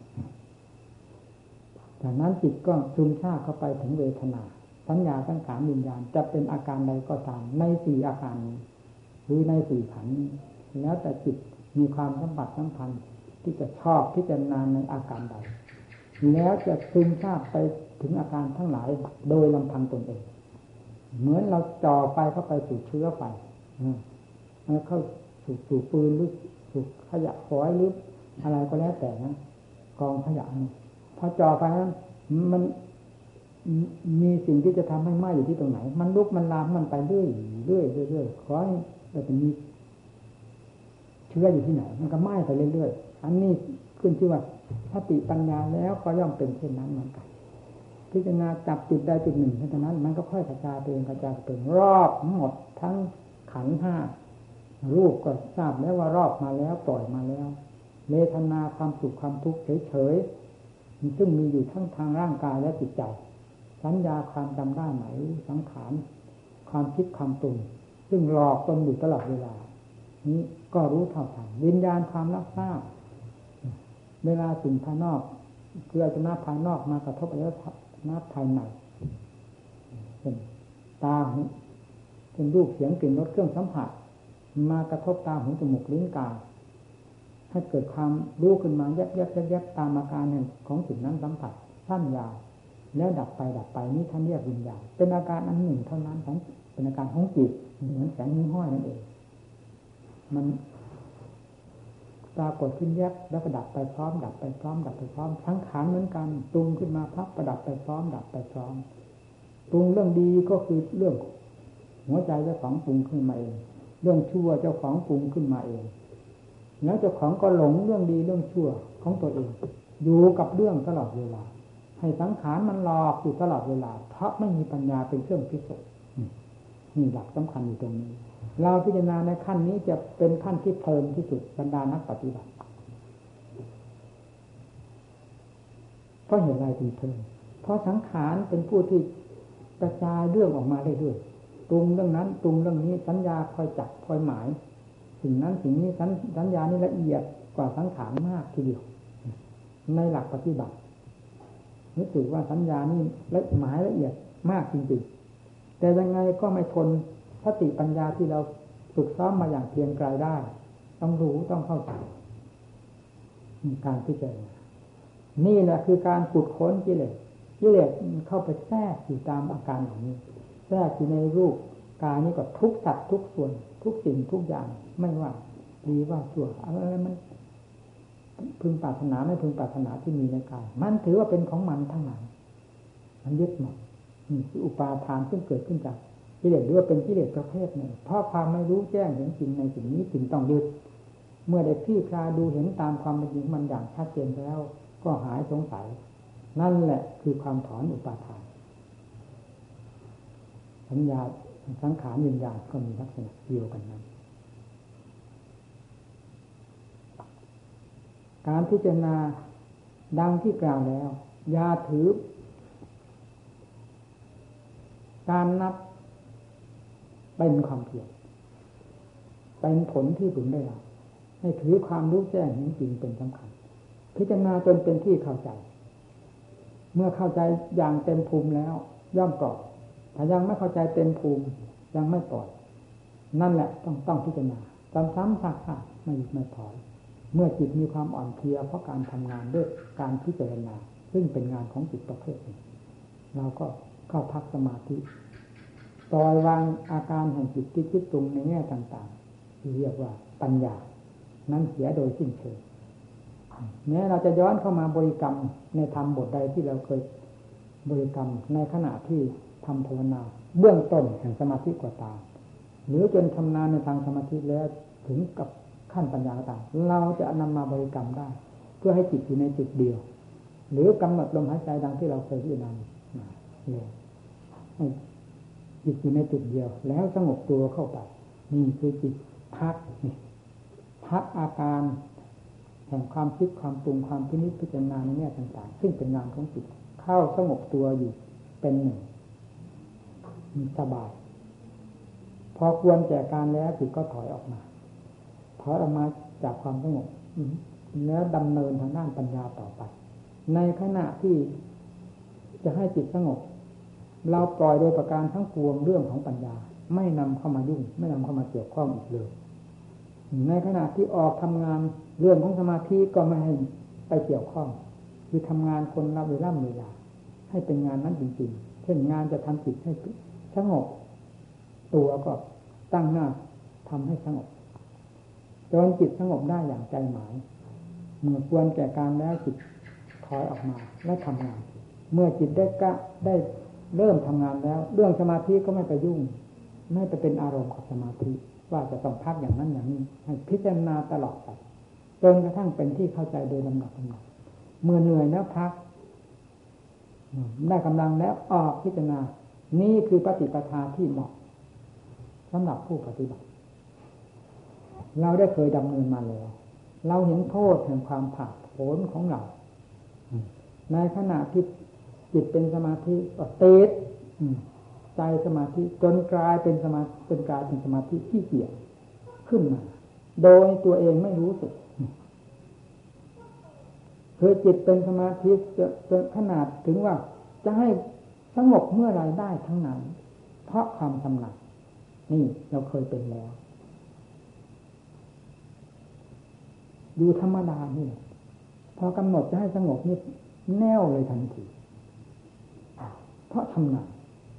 จากนั้นจิตก็ซึมซาบเข้าไปถึงเวทนาสัญญาสังขารวิญญาณจะเป็นอาการใดก็ตามในสี่อาการหรือในสี่ขันธ์แล้วแต่จิตมีความสัมผัสสัมพันธ์ที่จะชอบพิจารณาในอาการใดแล้วจะซึมซาบไปถึงอาการทั้งหลายโดยลำพังตนเองเหมือนเราจ่อไฟเข้าไปสู่เชื้อไฟแล้วเข้าสู่ปืนหรือสู่ขยะฝอยหรืออะไรก็แล้วแต่นั้นกองขยะนี่พอจ่อไปนั้นมันมีสิ่งที่จะทำให้ไหม้อยู่ที่ตรงไหนมันลุกมันลามมันไปเรื่อยขอให้แต่มีเชื้ออยู่ที่ไหนมันก็ไหม้ไปเรื่อยๆอันนี้ขึ้นชื่อว่าสติปัญญาแล้วก็ย่อมเป็นเช่นนั้นเหมือนกันพิจารณาจับจุดใดจุดหนึ่งเท่านั้นมันก็ค่อยกระจายไปเองกระจายไปรอบหมดทั้งขันธ์ห้ารูปก็ทราบแล้วว่ารอบมาแล้วปล่อยมาแล้วเวทนาความสุขความทุกข์เฉยๆซึ่งมีอยู่ทั้งทางร่างกายและจิตใจสัญญาความจำได้ไหมสังขารความคิดความปรุงซึ่งหลอกตนอยู่ตลอดเวลานี้ก็รู้เท่าทันวิญญาณความรับทราบเวลาสิ่งภายนอกคืออายตนะภายนอกมากระทบอายตนะภายในเป็นตาหูเป็นรูปเสียงกลิ่นรสเครื่องสัมผัสมากระทบตาหูจมูกลิ้นกายให้เกิดความรู้ขึ้นมาแยบตามอาการของสิ่งนั้นสัมผัสสั้นยาวแล้วดับไปนี่ท่านเรียกวิญญาณเป็นอาการอันหนึ่งเท่านั้นของเป็นอาการของจิตเหมือนแสงหิ้งห้อยนั่นเองมันปรากฏขึ้นแยบแล้วก็ดับไปพร้อมดับไปพร้อมดับไปพร้อมทั้งขันเหมือนกันปรุงขึ้นมาพักประดับไปพร้อมดับไปพร้อมปรุงเรื่องดีก็คือเรื่องหัวใจเจ้าของปรุงขึ้นมาเองเรื่องชั่วเจ้าของปรุงขึ้นมาเองแล้วเจ้าของก็หลงเรื่องดีเรื่องชั่วของตัวเองอยู่กับเรื่องตลอดเวลาให้สังขารมันหลอกอยู่ตลอดเวลาเพราะไม่มีปัญญาเป็นเครื่องพิสูจน์นี่หลักสำคัญอยู่ตรงนี้เราพิจารณาในขั้นนี้จะเป็นขั้นที่เพลินที่สุดบรรดานักปฏิบัติเพราะเห็นอะไรถึงเพลินเพราะสังขารเป็นผู้ที่กระจายเรื่องออกมาเรื่อยๆปรุงเรื่องนั้นปรุงเรื่องนี้สัญญาคอยจับคอยหมายสิ่งนั้นสิ่งนี้สัญญานี่ละเอียดกว่าสังขารมากทีเดียวในหลักปฏิบัติรู้สึกว่าสัญญานี่ละหมายละเอียดมากจริงๆแต่ยังไงก็ไม่ทนสติปัญญาที่เราฝึกซ้อมมาอย่างเพียงไกลได้ต้องรู้ต้องเข้าใจการพิจารณานี่แหละคือการขุดค้นกิเลสเข้าไปแทรกอยู่ตามอาการเหล่านี้แทรกอยู่ในรูปกายนี้ก็ทุกสัตว์ทุกส่วนทุกสิ่งทุกอย่างไม่ว่าดีว่าชั่วอะไรมันพึงปรารถนาไม่พึงปรารถนาที่มีในกายมันถือว่าเป็นของมันทั้งนั้นมันยึดหมดนี่คืออุปาทานซึ่งเกิดขึ้นจากกิเลสหรือว่าเป็นกิเลสประเภทหนึ่งเพราะความไม่รู้แจ้งเห็นจริงในสิ่งนี้จึงต้องยึดเมื่อได้คลี่คลายดูเห็นตามความเป็นจริงมันอย่างชัดเจนแล้วก็หายสงสัยนั่นแหละคือความถอนอุปาทานสัญสังขารวิญญาณก็มีลักษณะเดียวกันนั้นการพิจารณาดังที่กล่าวแล้วอย่าถือการนับเป็นความเพียรเป็นผลที่พึงได้รับให้ถือความรู้แจ้งจริงเป็นสำคัญพิจารณาจนเป็นที่เข้าใจเมื่อเข้าใจอย่างเต็มภูมิแล้วย่อมปล่อยถ้ายังไม่เข้าใจเต็มภูมิยังไม่ปล่อยนั่นแหละต้องพิจารณาซ้ำๆซากๆไม่หยุดไม่ถอยเมื่อจิตมีความอ่อนเพลียเพราะการทำงานด้วยการพิจารณาซึ่งเป็นงานของจิตประเภทนี้เราก็เข้าพักสมาธิปล่อยวางอาการแห่งจิตที่คิดปรุงในแง่ต่างๆที่เรียกว่าปัญญานั้นเสียโดยสิ้นเชิงแม้เราจะย้อนเข้ามาบริกรรมในธรรมบทใดที่เราเคยบริกรรมในขณะที่ทำภาวนาเบื้องต้นแห่งสมาธิกว่าตามหรือจนชำนาญในทางสมาธิแล้วถึงกับขั้นปัญญาต่างเราจะนำมาบริกรรมได้เพื่อให้จิตอยู่ในจุดเดียวหรือกำหนดลมหายใจดังที่เราเคยพิจารณาเลยให้จิตอยู่ในจุดเดียวแล้วสงบตัวเข้าไปนี่คือจิตพักนี่พักอาการแห่งความคิดความปรุงความพินิจพิจารณาในแง่ต่างๆซึ่งเป็นงานของจิตเข้าสงบตัวอยู่เป็นหนึ่งสบายพอควรแก่การแล้วจิตก็ถอยออกมาจากความสงบแล้วดำเนินทางด้านปัญญาต่อไปในขณะที่จะให้จิตสงบเราปล่อยโดยประการทั้งปวงเรื่องของปัญญาไม่นำเข้ามายุ่งไม่นำเข้ามาเกี่ยวข้องอีกเลยในขณะที่ออกทำงานเรื่องของสมาธิก็ไม่ให้ไปเกี่ยวข้องคือทำงานคนละเวลาให้เป็นงานนั้นจริงๆเช่นงานจะทำจิตให้สงบตัวก็ตั้งหน้าทำให้สงบจนจิตสงบได้อย่างใจหมายเมื่อควรแก่การแล้วจิตถอยออกมาและทำงานเมื่อจิตได้เริ่มทำงานแล้วเรื่องสมาธิก็ไม่ไปยุ่งไม่ไปเป็นอารมณ์กับสมาธิว่าจะต้องพักอย่างนั้นอย่างนี้ให้พิจารณาตลอดไปจนกระทั่งเป็นที่เข้าใจโดยลำดับเมื่อเหนื่อยแล้วพักได้กำลังแล้วออกพิจารณานี่คือปฏิปทาที่เหมาะสำหรับผู้ปฏิบัติเราได้เคยดำเนินมาแล้วเราเห็นโทษแห่งความผาดโผนของเราในขณะที่จิตเป็นสมาธิก็ติดใจสมาธิจนกลายเป็นสมาธิขี้เกียจขึ้นมาโดยตัวเองไม่รู้สึกคือจิตเป็นสมาธิจนขนาดถึงว่าจะให้สงบเมื่อไรได้ทั้งนั้นเพราะความชำนาญนี่เราเคยเป็นแล้วอยู่ธรรมดานี่พอกำหนดจะให้สงบนี่แน่วเลยทันทีเพราะชำนาญ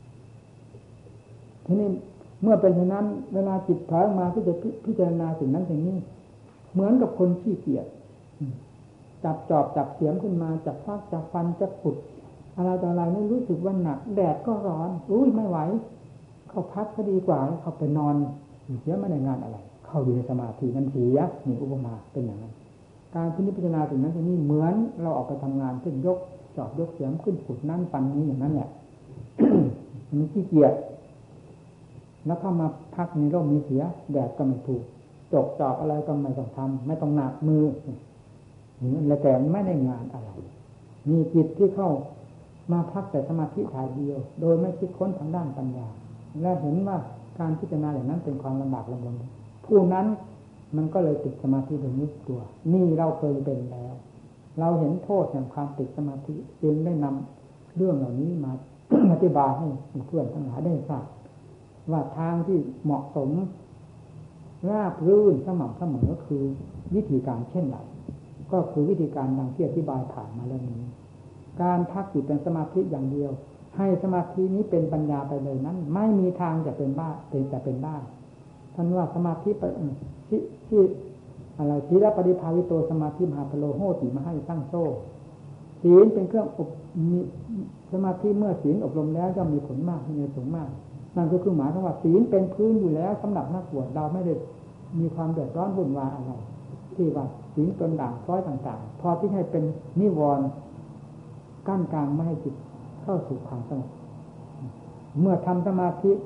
ทีนี้เมื่อเป็นเช่นนั้นเวลาจิตถอยมาที่จะพิจารณาสิ่งนั้นสิ่งนี้เหมือนกับคนขี้เกียจจับจอบจับเสียมขึ้นมาจับฟากจับฟันจับขุดอะไรต่ออะไรไม่รู้สึกว่าหนักแดดก็ร้อนไม่ไหวเข้าพักก็ดีกว่าเข้าไปนอนเสียไม่ได้งานอะไรเข้าอยู่ในสมาธิมันเสียนี่อุปมาเป็นอย่างนั้นการพิจารณาสิ่งนั้นสิ่งนี้เหมือนเราออกไปทำงานเช่นยกจอบยกเสียมขึ้นขุดนั่นฟันนี้อย่างนั้นแหละ มันขี้เกียจแล้วเข้ามาพักในร่มมีเสียแดดก็ไม่ถูกจกจอบอะไรก็ไม่ต้องทำไม่ต้องหนักมือนี่แต่ไม่ได้งานอะไรมีจิตที่เข้ามาพักแต่สมาธิถ่ายเดียวโดยไม่คิดค้นทางด้านปัญญาและเห็นว่าการพิจารณาอย่างนั้นเป็นความลำบากลำบนผู้นั้นมันก็เลยติดสมาธิโดยนิดตัวนี่เราเคยเป็นแล้วเราเห็นโทษแห่งความติดสมาธิจึงได้นำเรื่องเหล่านี้มา อธิบายให้เพื่อนทั้งหลายได้ทราบว่าทางที่เหมาะสมราบรื่นสม่ำเสมอคือวิธีการเช่นไรก็คือวิธีการดังที่อธิบายผ่านมาแล้วนี้การพักอยู่เป็นสมาธิอย่างเดียวให้สมาธินี้เป็นปัญญาไปเลยนั้นไม่มีทางจะเป็นได้ท่านว่าสมาธิที่อะไรศีลปฏิภาวิโตสมาธิมหาพโลโหติมาให้ตั้งโซ่ศีลเป็นเครื่องอบมีสมาธิเมื่อศีลอบรมแล้วจะมีผลมากมีสูงมากนั่นก็คือหมายถึงว่าศีลเป็นพื้นอยู่แล้วสำหรับนักบวชเราไม่ได้มีความเดือดร้อนวุ่นวายอะไรที่ว่าศีลตนด่างพร้อยต่างๆพอที่ให้เป็นนิวรณ์กั้นกลางไม่ให้จิตเข้าสู่ความสงบเมื่อทำสมาธิ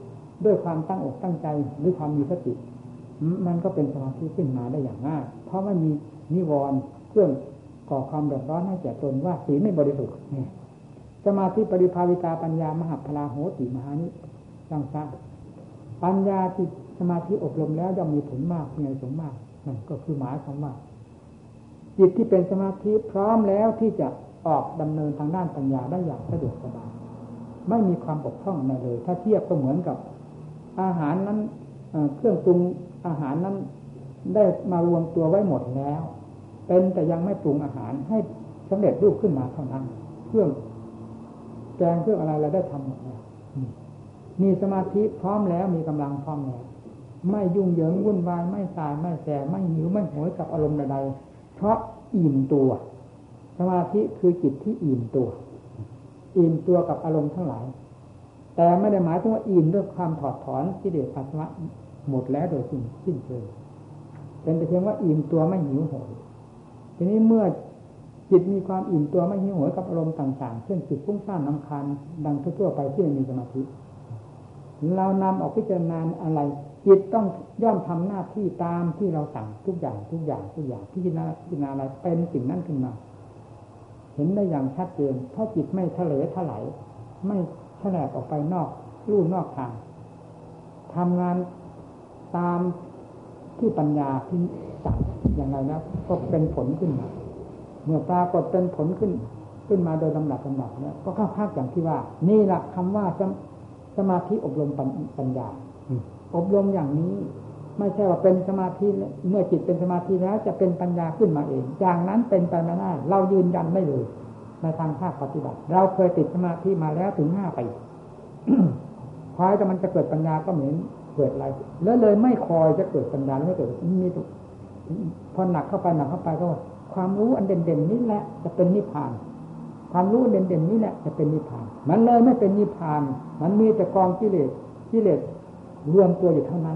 ด้วยความตั้งอกตั้งใจหรือความมีสติมันก็เป็นสมาธิขึ้นมาได้อย่างง่ายเพราะไม่มีนิวรณ์เครื่องก่อความเดือดร้อนให้แก่ตนว่าศีลไม่บริสุทธิ์สมาธิปริภาวิตาปัญญามหาพลาโหติมหานิสังสารปัญญาที่สมาธิอบรมแล้วย่อมมีผลมากในสมมากนั่นก็คือหมายความว่าจิตที่เป็นสมาธิพร้อมแล้วที่จะออกดำเนินทางด้านปัญญาได้อย่างสะดวกสบายไม่มีความบกพร่องอะไรเลยถ้าเทียบก็เหมือนกับอาหารนั้นเครื่องปรุงอาหารนั้นได้มารวมตัวไว้หมดแล้วเป็นแต่ยังไม่ปรุงอาหารให้สำเร็จรูปขึ้นมาเท่านั้นเครื่องแกงเครื่องอะไรเราได้ทำหมดแล้วมีสมาธิพร้อมแล้วมีกำลังพร้อมแล้วไม่ยุ่งเหยิงวุ่นวายไม่สายไม่แสไม่หิวไม่โหยกับอารมณ์ใดๆเพราะอิ่มตัวสมาธิคือจิตที่อิ่มตัวกับอารมณ์ทั้งหลายแต่ไม่ได้หมายถึงว่าอิ่มด้วยความถอดถอนกิเลสอาสวะหมดแล้วโดยสิ้นเชิงเป็นแต่เพียงว่าอิ่มตัวไม่หิวโหยทีนี้เมื่อจิตมีความอิ่มตัวไม่หิวโหยกับอารมณ์ต่างๆเช่นจิตฟุ้งซ่านรำคาญดังทั่วๆไปที่ไม่มีสมาธิเรานำออกพิจารณาอะไรจิตต้องย่อมทำหน้าที่ตามที่เราสั่งทุกอย่างพิจารณาอะไรเป็นสิ่งนั้นขึ้นมาเห็นได้อย่างชัดเจนถ้าจิตไม่ทะเลถลายไม่แฉลบออกไปนอกลู่นอกทางทำงานตามที่ปัญญาที่สั่งอย่างไรนะก็เป็นผลขึ้นมาเมื่อปรากฏเป็นผลขึ้นมาโดยลำดับเนี่ยก็เข้าภาคอย่างที่ว่านี่แหละคำว่าสมาธิอบรมปัญญาอบรมอย่างนี้ไม่ใช่ว่าเป็นสมาธิเมื่อจิตเป็นสมาธิแล้วจะเป็นปัญญาขึ้นมาเองอย่างนั้นเป็นไปไม่ได้เรายืนยันไม่เลยในทางภาคปฏิบัติเราเคยติดสมาธิมาแล้วถึง5 ปีคอยแต่มันจะเกิดปัญญาก็เหมือนเกิดอะไรแล้วเลยไม่คอยจะเกิดปัญญาไม่เกิดมีพอหนักเข้าไปก็ความรู้อันเด่นๆนี้แหละจะเป็นนิพพานความรู้เด่นๆนี้แหละจะเป็นนิพพานมันเลยไม่เป็นนิพพานมันมีแต่กองกิเลสรวมตัวอยู่เท่านั้น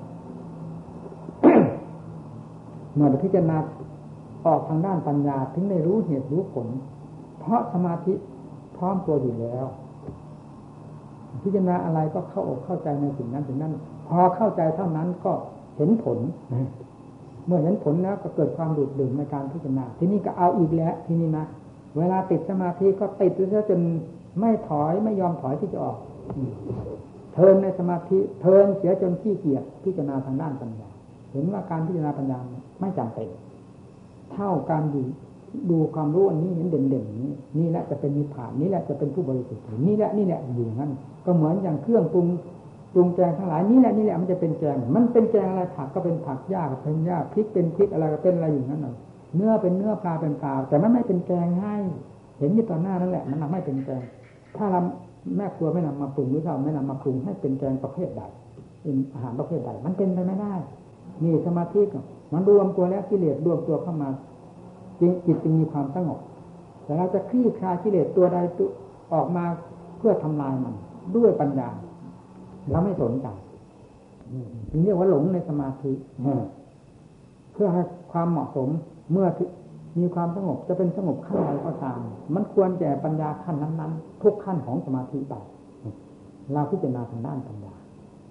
เมื่อพิจารณาออกทางด้านปัญญาถึงได้รู้เหตุรู้ผลเพราะสมาธิพร้อมตัวอยู่แล้วพิจารณาอะไรก็เข้าอกเข้าใจในสิ่งนั้นพอเข้าใจเท่านั้นก็เห็นผลเมื่อเห็นผลแล้วก็เกิดความดูดดื่มในการพิจารณาทีนี้ก็เอาอีกแล้วทีนี้นะเวลาติดสมาธิก็ติดอยู่จนไม่ถอยไม่ยอมถอยที่จะออกเทินในสมาธิเทินเสียจนขี้เกียจพิจารณาทางด้านปัญญาเห็นว่าการพิจารณาปัญญาไม่จำเป็นเท่าการดูความรู้อันนี้เห็นเด่นๆนี่แหละจะเป็นนิพพานนี่แหละจะเป็นผู้บริสุทธิ์นี่แหละอยู่อย่างนั้นก็เหมือนอย่างเครื่องปรุงแกงทั้งหลายนี่แหละมันจะเป็นแกงมันเป็นแกงอะไรผักก็เป็นผักหญ้าก็เป็นหญ้าพริกเป็นพริกอะไรก็เป็นอะไรอย่างนั้นน่ะเนื้อเป็นเนื้อปลาเป็นปลาแต่มันไม่เป็นแกงให้เห็นอยู่ต่อหน้านั่นแหละมันทำให้เป็นแกงถ้าเราแม่ครัวไม่นำมาปรุงหรือเราไม่นำมาปรุงให้เป็นแกงประเภทใดเป็นอาหารประเภทใดมันเป็นไปไม่ได้นี่สมาธิมันรวมตัวแล้วกิเลสรวมตัวเข้ามาจิตจึงมีความสงบแต่เราจะคลี่คลายกิเลสตัวใดตัวออกมาเพื่อทำลายมันด้วยปัญญาเราไม่สนใจเรียกว่าหลงในสมาธิเพื่อให้ความเหมาะสมเมื่อมีความสงบจะเป็นสงบขั้นใดก็ตามมันควรแก่ปัญญาขั้นนั้นๆทุกขั้นของสมาธิไปเราพิจารณาทางด้านปัญญา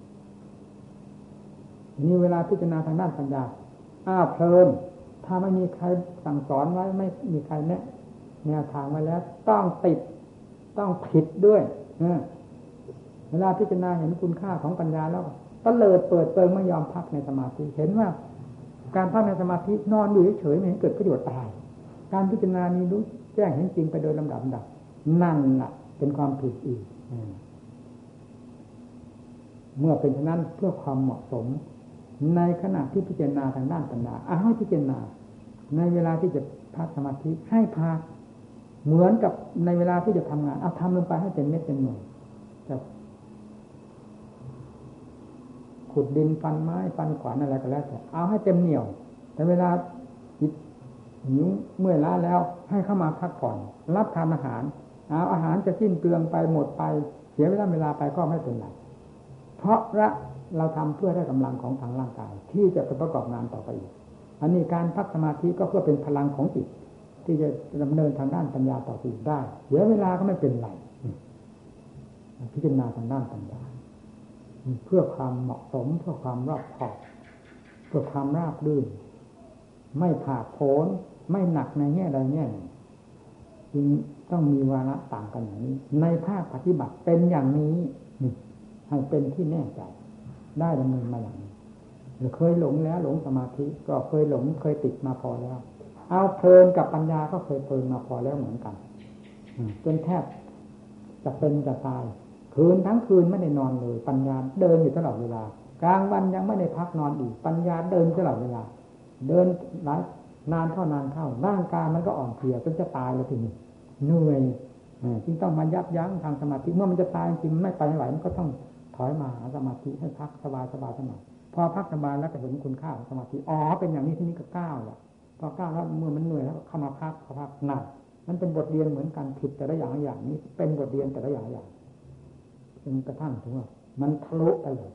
นี่เวลาพิจารณาทางด้านปัญญาเพลินถ้าไม่มีใครสั่งสอนไว้ไม่มีใครแนวทางไว้แล้วต้องติดต้องผิดด้วยเวลาพิจารณาเห็นคุณค่าของปัญญาแล้วก็เลิดเปิดเปิงไม่ยอมพักในสมาธิเห็นว่าการพักในสมาธินอนอยู่เฉยๆไม่เห็นเกิดประโยชน์อะไรการพิจารณานี้รู้แจ้งเห็นจริงไปโดยลำดับนั่นแหละเป็นความผิดอีกเมื่อเป็นฉะนั้นเพื่อความเหมาะสมในขณะที่พิจารณาทางด้านปัญญาให้พิจารณาในเวลาที่จะพักสมาธิให้พักเหมือนกับในเวลาที่จะทำงานทำลงไปให้เต็มเม็ดเต็มหน่วยจะขุดดินฟันไม้ฟันขวานอะไรก็แล้วแต่เอาให้เต็มเหนี่ยวแต่เวลาจิตหิวเมื่อยล้าแล้วให้เข้ามาพักผ่อนรับทานอาหารอาหารจะสิ้นเปลืองไปหมดไปเสียเวลาไปก็ไม่เป็นไรเพราะเราทำเพื่อได้กำลังของทางร่างกายที่จะประกอบงานต่อไปอีกอันนี้การพักสมาธิก็เพื่อเป็นพลังของจิตที่จะดำเนินทางด้านปัญญาต่อไปอีกได้เสียเวลาก็ไม่เป็นไรพิจารณาทางด้านปัญญาเพื่อความเหมาะสมเพื่อความรอบคอบเพื่อความราบรื่นไม่ผาดโผนไม่หนักในแง่ใดแง่หนึ่งจึงต้องมีวาระต่างกันอย่างนี้ในภาคปฏิบัติเป็นอย่างนี้ให้เป็นที่แน่ใจได้ดำเนินมาอย่างนี้เคยหลงแล้วหลงสมาธิก็เคยหลงเคยติดมาพอแล้วเอาเพลินกับปัญญาก็เคยเพลินมาพอแล้วเหมือนกันจนแทบจะเป็นจะตายคืนทั้งคืนไม่ได้นอนเลยปัญญาเดินอยู่ตลอดเวลากลางวันยังไม่ได้พักนอนอีกปัญญาเดินตลอดเวลาเดินหลายนานเข้ร่างกายมันก็อ่อนเพลียจนจะตายเลยทีนี้เหนื่อยจึงต้องมายับยั้งทางสมาธิเมื่อมันจะตายจริงไม่ไปไหวมันก็ต้องถอยมาหาสมาธิให้พักสบายสน่อยพอพักสบายแล้วก็เห็นคุณค่าของสมาธิอ๋อเป็นอย่างนี้ที่นี่ก็ก้าวแล้วพอก้าวแล้วเมื่อมันเหนื่อยแล้วเข้ามาพักหนักมันเป็นบทเรียนเหมือนกันผิดแต่ละอย่างนี้เป็นบทเรียนแต่ละอย่างจนกระทั่งถึงว่ามันทะลุไปเลย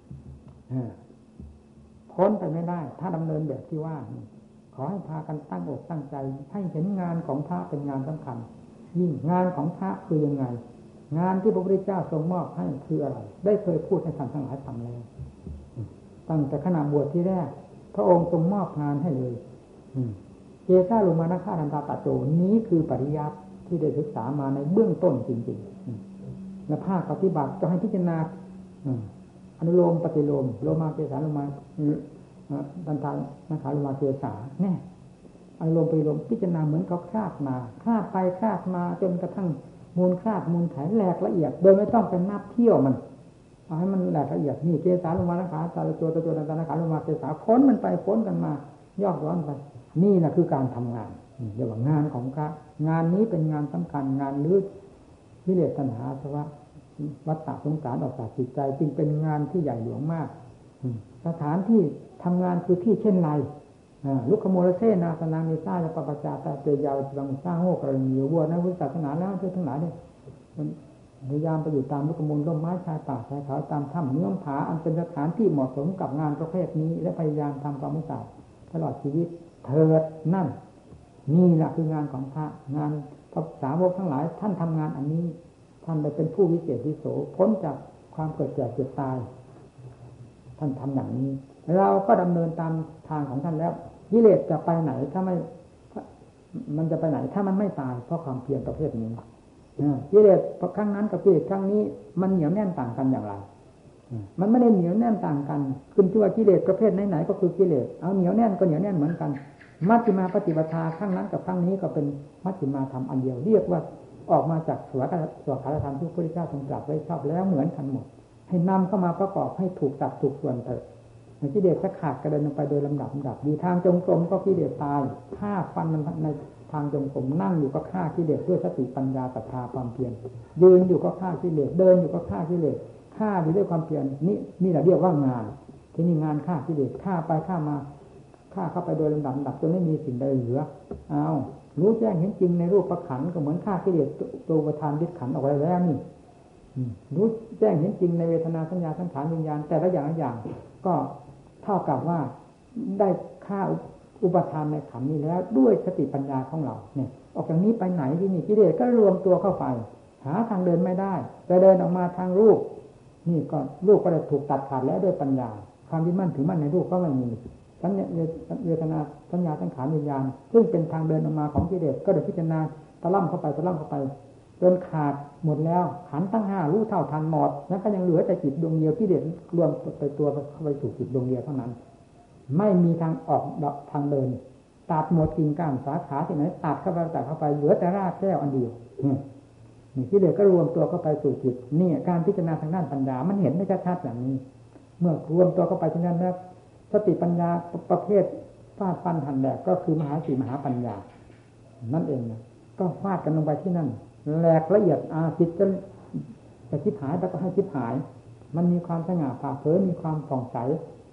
พ้นไปไม่ได้ถ้าดำเนินแบบที่ว่าขอให้พากันตั้งอกตั้งใจให้เห็นงานของพระเป็นงานสำคัญยิ่งงานของพระคือยังไงงานที่พระพุทธเจ้าทรงมอบให้คืออะไรได้เคยพูดให้ท่านทั้งหลายฟังแล้วตั้งแต่ขณะบวชที่แรกพระองค์ทรงมอบงานให้เลยเจสาลุมานะฆาตันตาตะโจนี้คือปริยัติที่ได้ศึกษามาในเบื้องต้นจริงๆและภาคปฏิบัติก็ให้พิจารณาอนุโลมปฏิโลมโลมาเกสาโลมาดันทานาขาโลมาเกสาเนี่ยอนุโลมปฏิโลมพิจารณาเหมือนเขาคาดมาคาดไปคาดมาจนกระทั่งมูลคาดมูลไขแหลกละเอียดโดยไม่ต้องเป็นนับเที่ยวมันเอาให้มันแหลกละเอียดนี่เกสาโลมานาขาตาโจดันทานาขาโลมาเกสาพ้นมันไปพ้นกันมายอกย้อนไปนี่แหละคือการทำงานเรียกว่างานของพระงานนี้เป็นงานสำคัญงานลื้อวิเลศตัณหาสวะวัฏฏะสงสารออกจากจิตใจจึงเป็นงานที่ใหญ่หลวงมากสถานที่ทำงานคือที่เช่นไรลุกขโมลเสนาสนามิซ่าและปปจาตาเตยาวจิงสร้างโง่กรณีวัวนะพุทธศาสนาแล้วทั้งหลายเนี่ยพยายามไปอยู่ตามลุกขโมลร่มไม้ชายป่าชายเขาตามถ้ำเนื้อผาอันเป็นสถานที่เหมาะสมกับงานประเภทนี้และพยายามทำความมุสาตลอดชีวิตเถิดนั่นนี่แหละคืองานของพระงานพระสาวกทั้งหลายท่านทำงานอันนี้ท่านได้เป็นผู้วิเศษวิโสพ้นจากความเกิดแก่เจ็บตายท่านทำอย่างนี้เราก็ดำเนินตามทางของท่านแล้วกิเลสจะไปไหนถ้าไม่มันจะไปไหนถ้ามันไม่ตายเพราะความเพียรประเภทนี้กิเลสครั้งนั้นกับกิเลสครั้งนี้มันเหนียวแน่นต่างกันอย่างไรมันไม่ได้เหนียวแน่นต่างกันขึ้นชื่อว่ากิเลสประเภทไหนๆก็คือกิเลสเอาเหนียวแน่นก็เหนียวแน่นเหมือนกันมัชฌิมาปฏิปทาครั้งนั้นกับครั้งนี้ก็เป็นมัชฌิมาธรรมอันเดียวเรียกว่าออกมาจากสวขาธรรมที่พระพุทธเจ้าทรงตรัสไว้ชอบแล้วเหมือนกันหมดให้นำเข้ามาประกอบให้ถูกสัดถูกส่วนเถิดกิเลสจะขาดกระเด็นลงไปโดยลำดับอยู่ทางจงกรมก็กิเลสตายฆ่าฟันมันในทางจงกรมนั่งอยู่ก็ฆ่ากิเลสด้วยสติปัญญาศรัทธาความเพียรยืนอยู่ก็ฆ่ากิเลสเดินอยู่ก็ฆ่ากิเลสฆ่าอยู่ด้วยความเพียรนี่แหละเรียกว่างานที่นี่งานฆ่ากิเลสฆ่าไปฆ่ามาฆ่าเข้าไปโดยลำดับจนไม่มีสิ่งใดเหลือเอารู้แจ้งเห็นจริงในรูปขันธ์ก็เหมือนฆ่ากิเลสตัวประธานยึดขันธ์ออกไปแล้วนี่รู้แจ้งเห็นจริงในเวทนาสัญญาสังขารวิญญาณแต่ละอย่างก็เท่ากับว่าได้ฆ่าอุปทานในขันธ์นี้แล้วด้วยสติปัญญาของเราเนี่ยออกจากนี้ไปไหนที่นี่กิเลสก็รวมตัวเข้าไปหาทางเดินไม่ได้จะเดินออกมาทางรูปนี่ก็รูปก็ได้ถูกตัดขาดแล้วด้วยปัญญาความยึดมั่นถือมั่นในรูปก็ไม่มีสัญญาเวทนาสัญญาสังขารวิญญาณซึ่งเป็นทางเดินออกมาของกิเลสก็ได้พิจารณาตะล่ำเข้าไปจนขาดหมดแล้วขันธ์ทั้ง5รู้เท่าทันหมดแล้วก็ยังเหลือแต่จิตดวงเดียวกิเลสรวมไปตัวเข้าไปสู่จิตดวงเดียวเท่านั้นไม่มีทางออกทางเดินตัดหมดกิ่งก้านสาขาที่ไหนตัดเข้าไปเหลือแต่รากแก้วอันเดียวนี่กิเลสก็รวมตัวเข้าไปสู่จิตนี่การพิจารณาทางด้านปัญญามันเห็นได้ชัดๆอย่างนี้เมื่อรวมตัวเข้าไปที่นั้นแล้วสติปัญญาประเภทฟาดฟันหันแหลกก็คือมหาสีมหาปัญญานั่นเองนะก็ฟาดกันลงไปที่นั่นแหลกละเอียดจิตจะชิบหายแล้วก็ให้ชิบหายมันมีความสง่าผ่าเผยมีความผ่องใส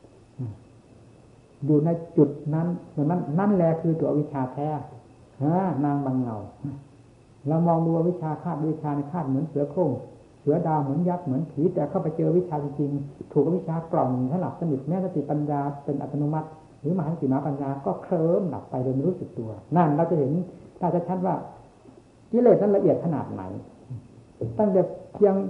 อยู่ในจุดนั้นนั่นแหละคือตัววิชาแท้นางบางเงาเรามองดูวิชาคาดวิชาในคาดเหมือนเสือโคร่งเสือดาวเหมือนยักษ์เหมือนผีแต่เข้าไปเจอวิชาจริงๆถูกวิชากล่อมให้หลับสนิทแม้สติปัญญาเป็นอัตโนมัติหรือมหาสติมหาปัญญาก็เคลิ้มหลับไปโดยไม่รู้สึกตัวนั่นเราจะเห็นถ้าจะชัดว่ากิเลสนั้นละเอียดขนาดไหนตั้งแต่เพียง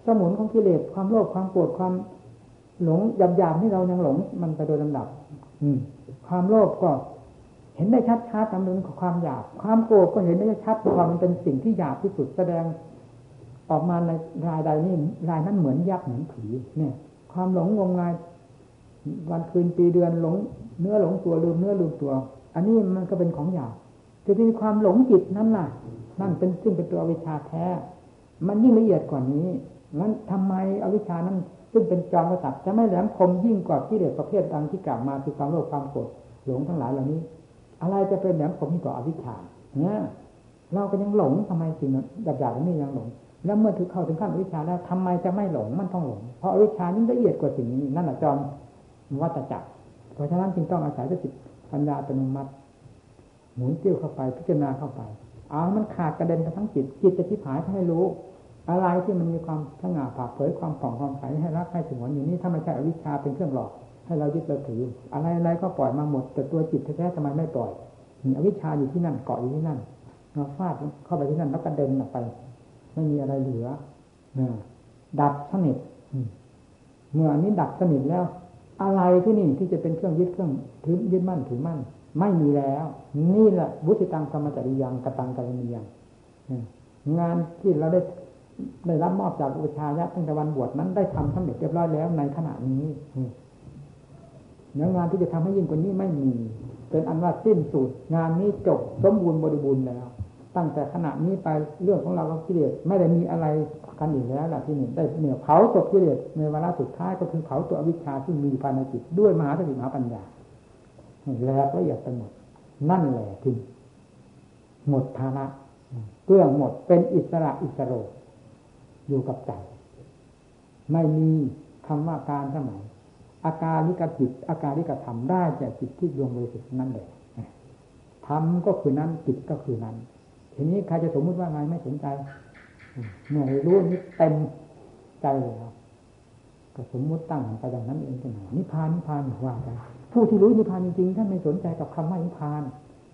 สมุนของกิเลสความโลภความโกรธความหลงหยาบๆที่เรายังหลงมันไปโดยลำดับความโลภก็เห็นได้ชัดๆตามเรื่องของความหยาบความโกรธก็เห็นได้ชัดเพราะมันเป็นสิ่งที่หยาบที่สุดแสดงออกมาในรายใดนี่รายนั้นเหมือนยักษ์เหมือนผีเนี่ยความหลงงมงายวันคืนปีเดือนหลงเนื้อหลงตัวลืมเนื้อลืมตัวอันนี้มันก็เป็นของหยาบแต่ที่ความหลงจิตนั่นล่ะนั่นเป็นซึ่งเป็นตัวอวิชชาแท้มันยิ่งละเอียดกว่านี้งั้นทำไมอวิชชานั้นซึ่งเป็นจอมกษัตริย์จะไม่แหลมคมยิ่งกว่ากิเลสประเภทดังที่กล่าวมาคือความโลภความโกรธหลงทั้งหลายเหล่านี้อะไรจะเป็นแหลมคมยิ่งกว่าอวิชชาเนี่ยเราก็ยังหลงทำไมสิ่งหยาบๆนี้ยังหลงแล้วเมื่อถึงเข้าถึงขั้นอวิชชาแล้วทำไมจะไม่หลงมันต้องหลงเพราะอวิชชายิ่งละเอียดกว่าสิ่งนี้นั่นแหละจอมวัฏจักรเพราะฉะนั้นจึงต้องอาศัยสติปัญญาอัตโนมัติหมุนติ้วเข้าไปพิจารณาเข้าไปมันขาดกระเด็นไปทั้งจิตจะทิพายให้รู้อะไรที่มันมีความสง่าผ่าเผยความผ่องความใสให้รักให้สงวนอยู่นี่ถ้าไม่ใช่อวิชชาเป็นเครื่องหลอกให้เรายึดเราถืออะไรก็ปล่อยมาหมดแต่ตัวจิตแท้ๆทำไมไม่ปล่อยมีอวิชชาอยู่ที่นั่นเกาะอยู่ที่นั่นเราฟาดเข้าไปที่นั่นแล้วกระเด็นออกไปไม่มีอะไรเหลือดับสนิทเมื่ออันนี้ดับสนิทแล้วอะไรที่นี่ที่จะเป็นเครื่องยึดเครื่องถือยึดมั่นถือมั่นไม่มีแล้วนี่แหละวุฒิตังธรรมจริยังกตังกัลยาณียังงานที่เราได้รับมอบจากอุปชายะตั้งแต่วันบวชนั้นได้ทำสำเร็จเรียบร้อยแล้วในขณะนี้เนื้องานที่จะทำให้ยิ่งกว่านี้ไม่มีเป็นอันว่าสิ้นสุดงานนี้จบสมบูรณ์บริบูรณ์แล้วตั้งแต่ขณะนี้ไปเรื่องของเรากับกิเลสไม่ได้มีอะไรกันอีกแล้วล่ะที่นี่ได้เนี่ยเผาศพกิเลสในวาระสุดท้ายก็คือเผาตัวอวิชชาที่มีภายในจิตด้วยมหาสติมหาปัญญาแหลกละเอียดไปหมดนั่นแหละที่หมดภาระเกลี้ยงหมดเป็นอิสระอิสโรอยู่กับใจไม่มีคำว่าการสมัยอาการลิกจิตอาการลิกธรรมได้แต่จิตที่ดวงบริสุทธิ์นั่นแหละธรรมก็คือนั้นจิตก็คือนั้นทีนี้ใครจะสมมุติว่าไงไม่สนใจเมื่อรู้นี้เต็มใจแล้วก็สมมุติตั้งไปดังนั้นเองเป็นหานิพพานนิพพานว่าไปผู้ที่รู้นิพพานจริงๆท่านไม่สนใจกับคำว่านิพพาน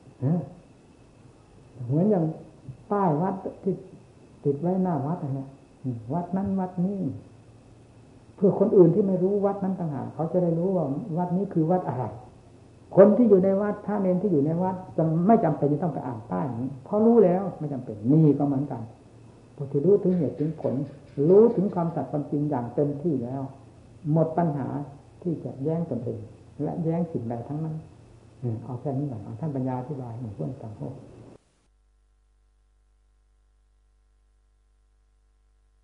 เหมือนอย่างป้ายวัดที่ติดไว้หน้าวัดอะไรวัดนั้นวัดนี้เพื่อคนอื่นที่ไม่รู้วัดนั้นต่างหากเขาจะได้รู้ว่าวัดนี้คือวัดอะไรคนที่อยู่ในวัดพระเนรที่อยู่ในวัดจะไม่จำเป็นจะต้องไปอ่านป้ายนี้เพราะรู้แล้วไม่จำเป็นนี่ก็เหมือนกันพอที่รู้ถึงเหตุถึงผลรู้ถึงความสัตย์ความจริงอย่างเต็มที่แล้วหมดปัญหาที่จะแย้งตนเองและแย้งสิ่งใดทั้งนั้นเอาแค่นี้ก่อนท่านปัญญาอธิบายหนึ่งเพื่อนต่างพวก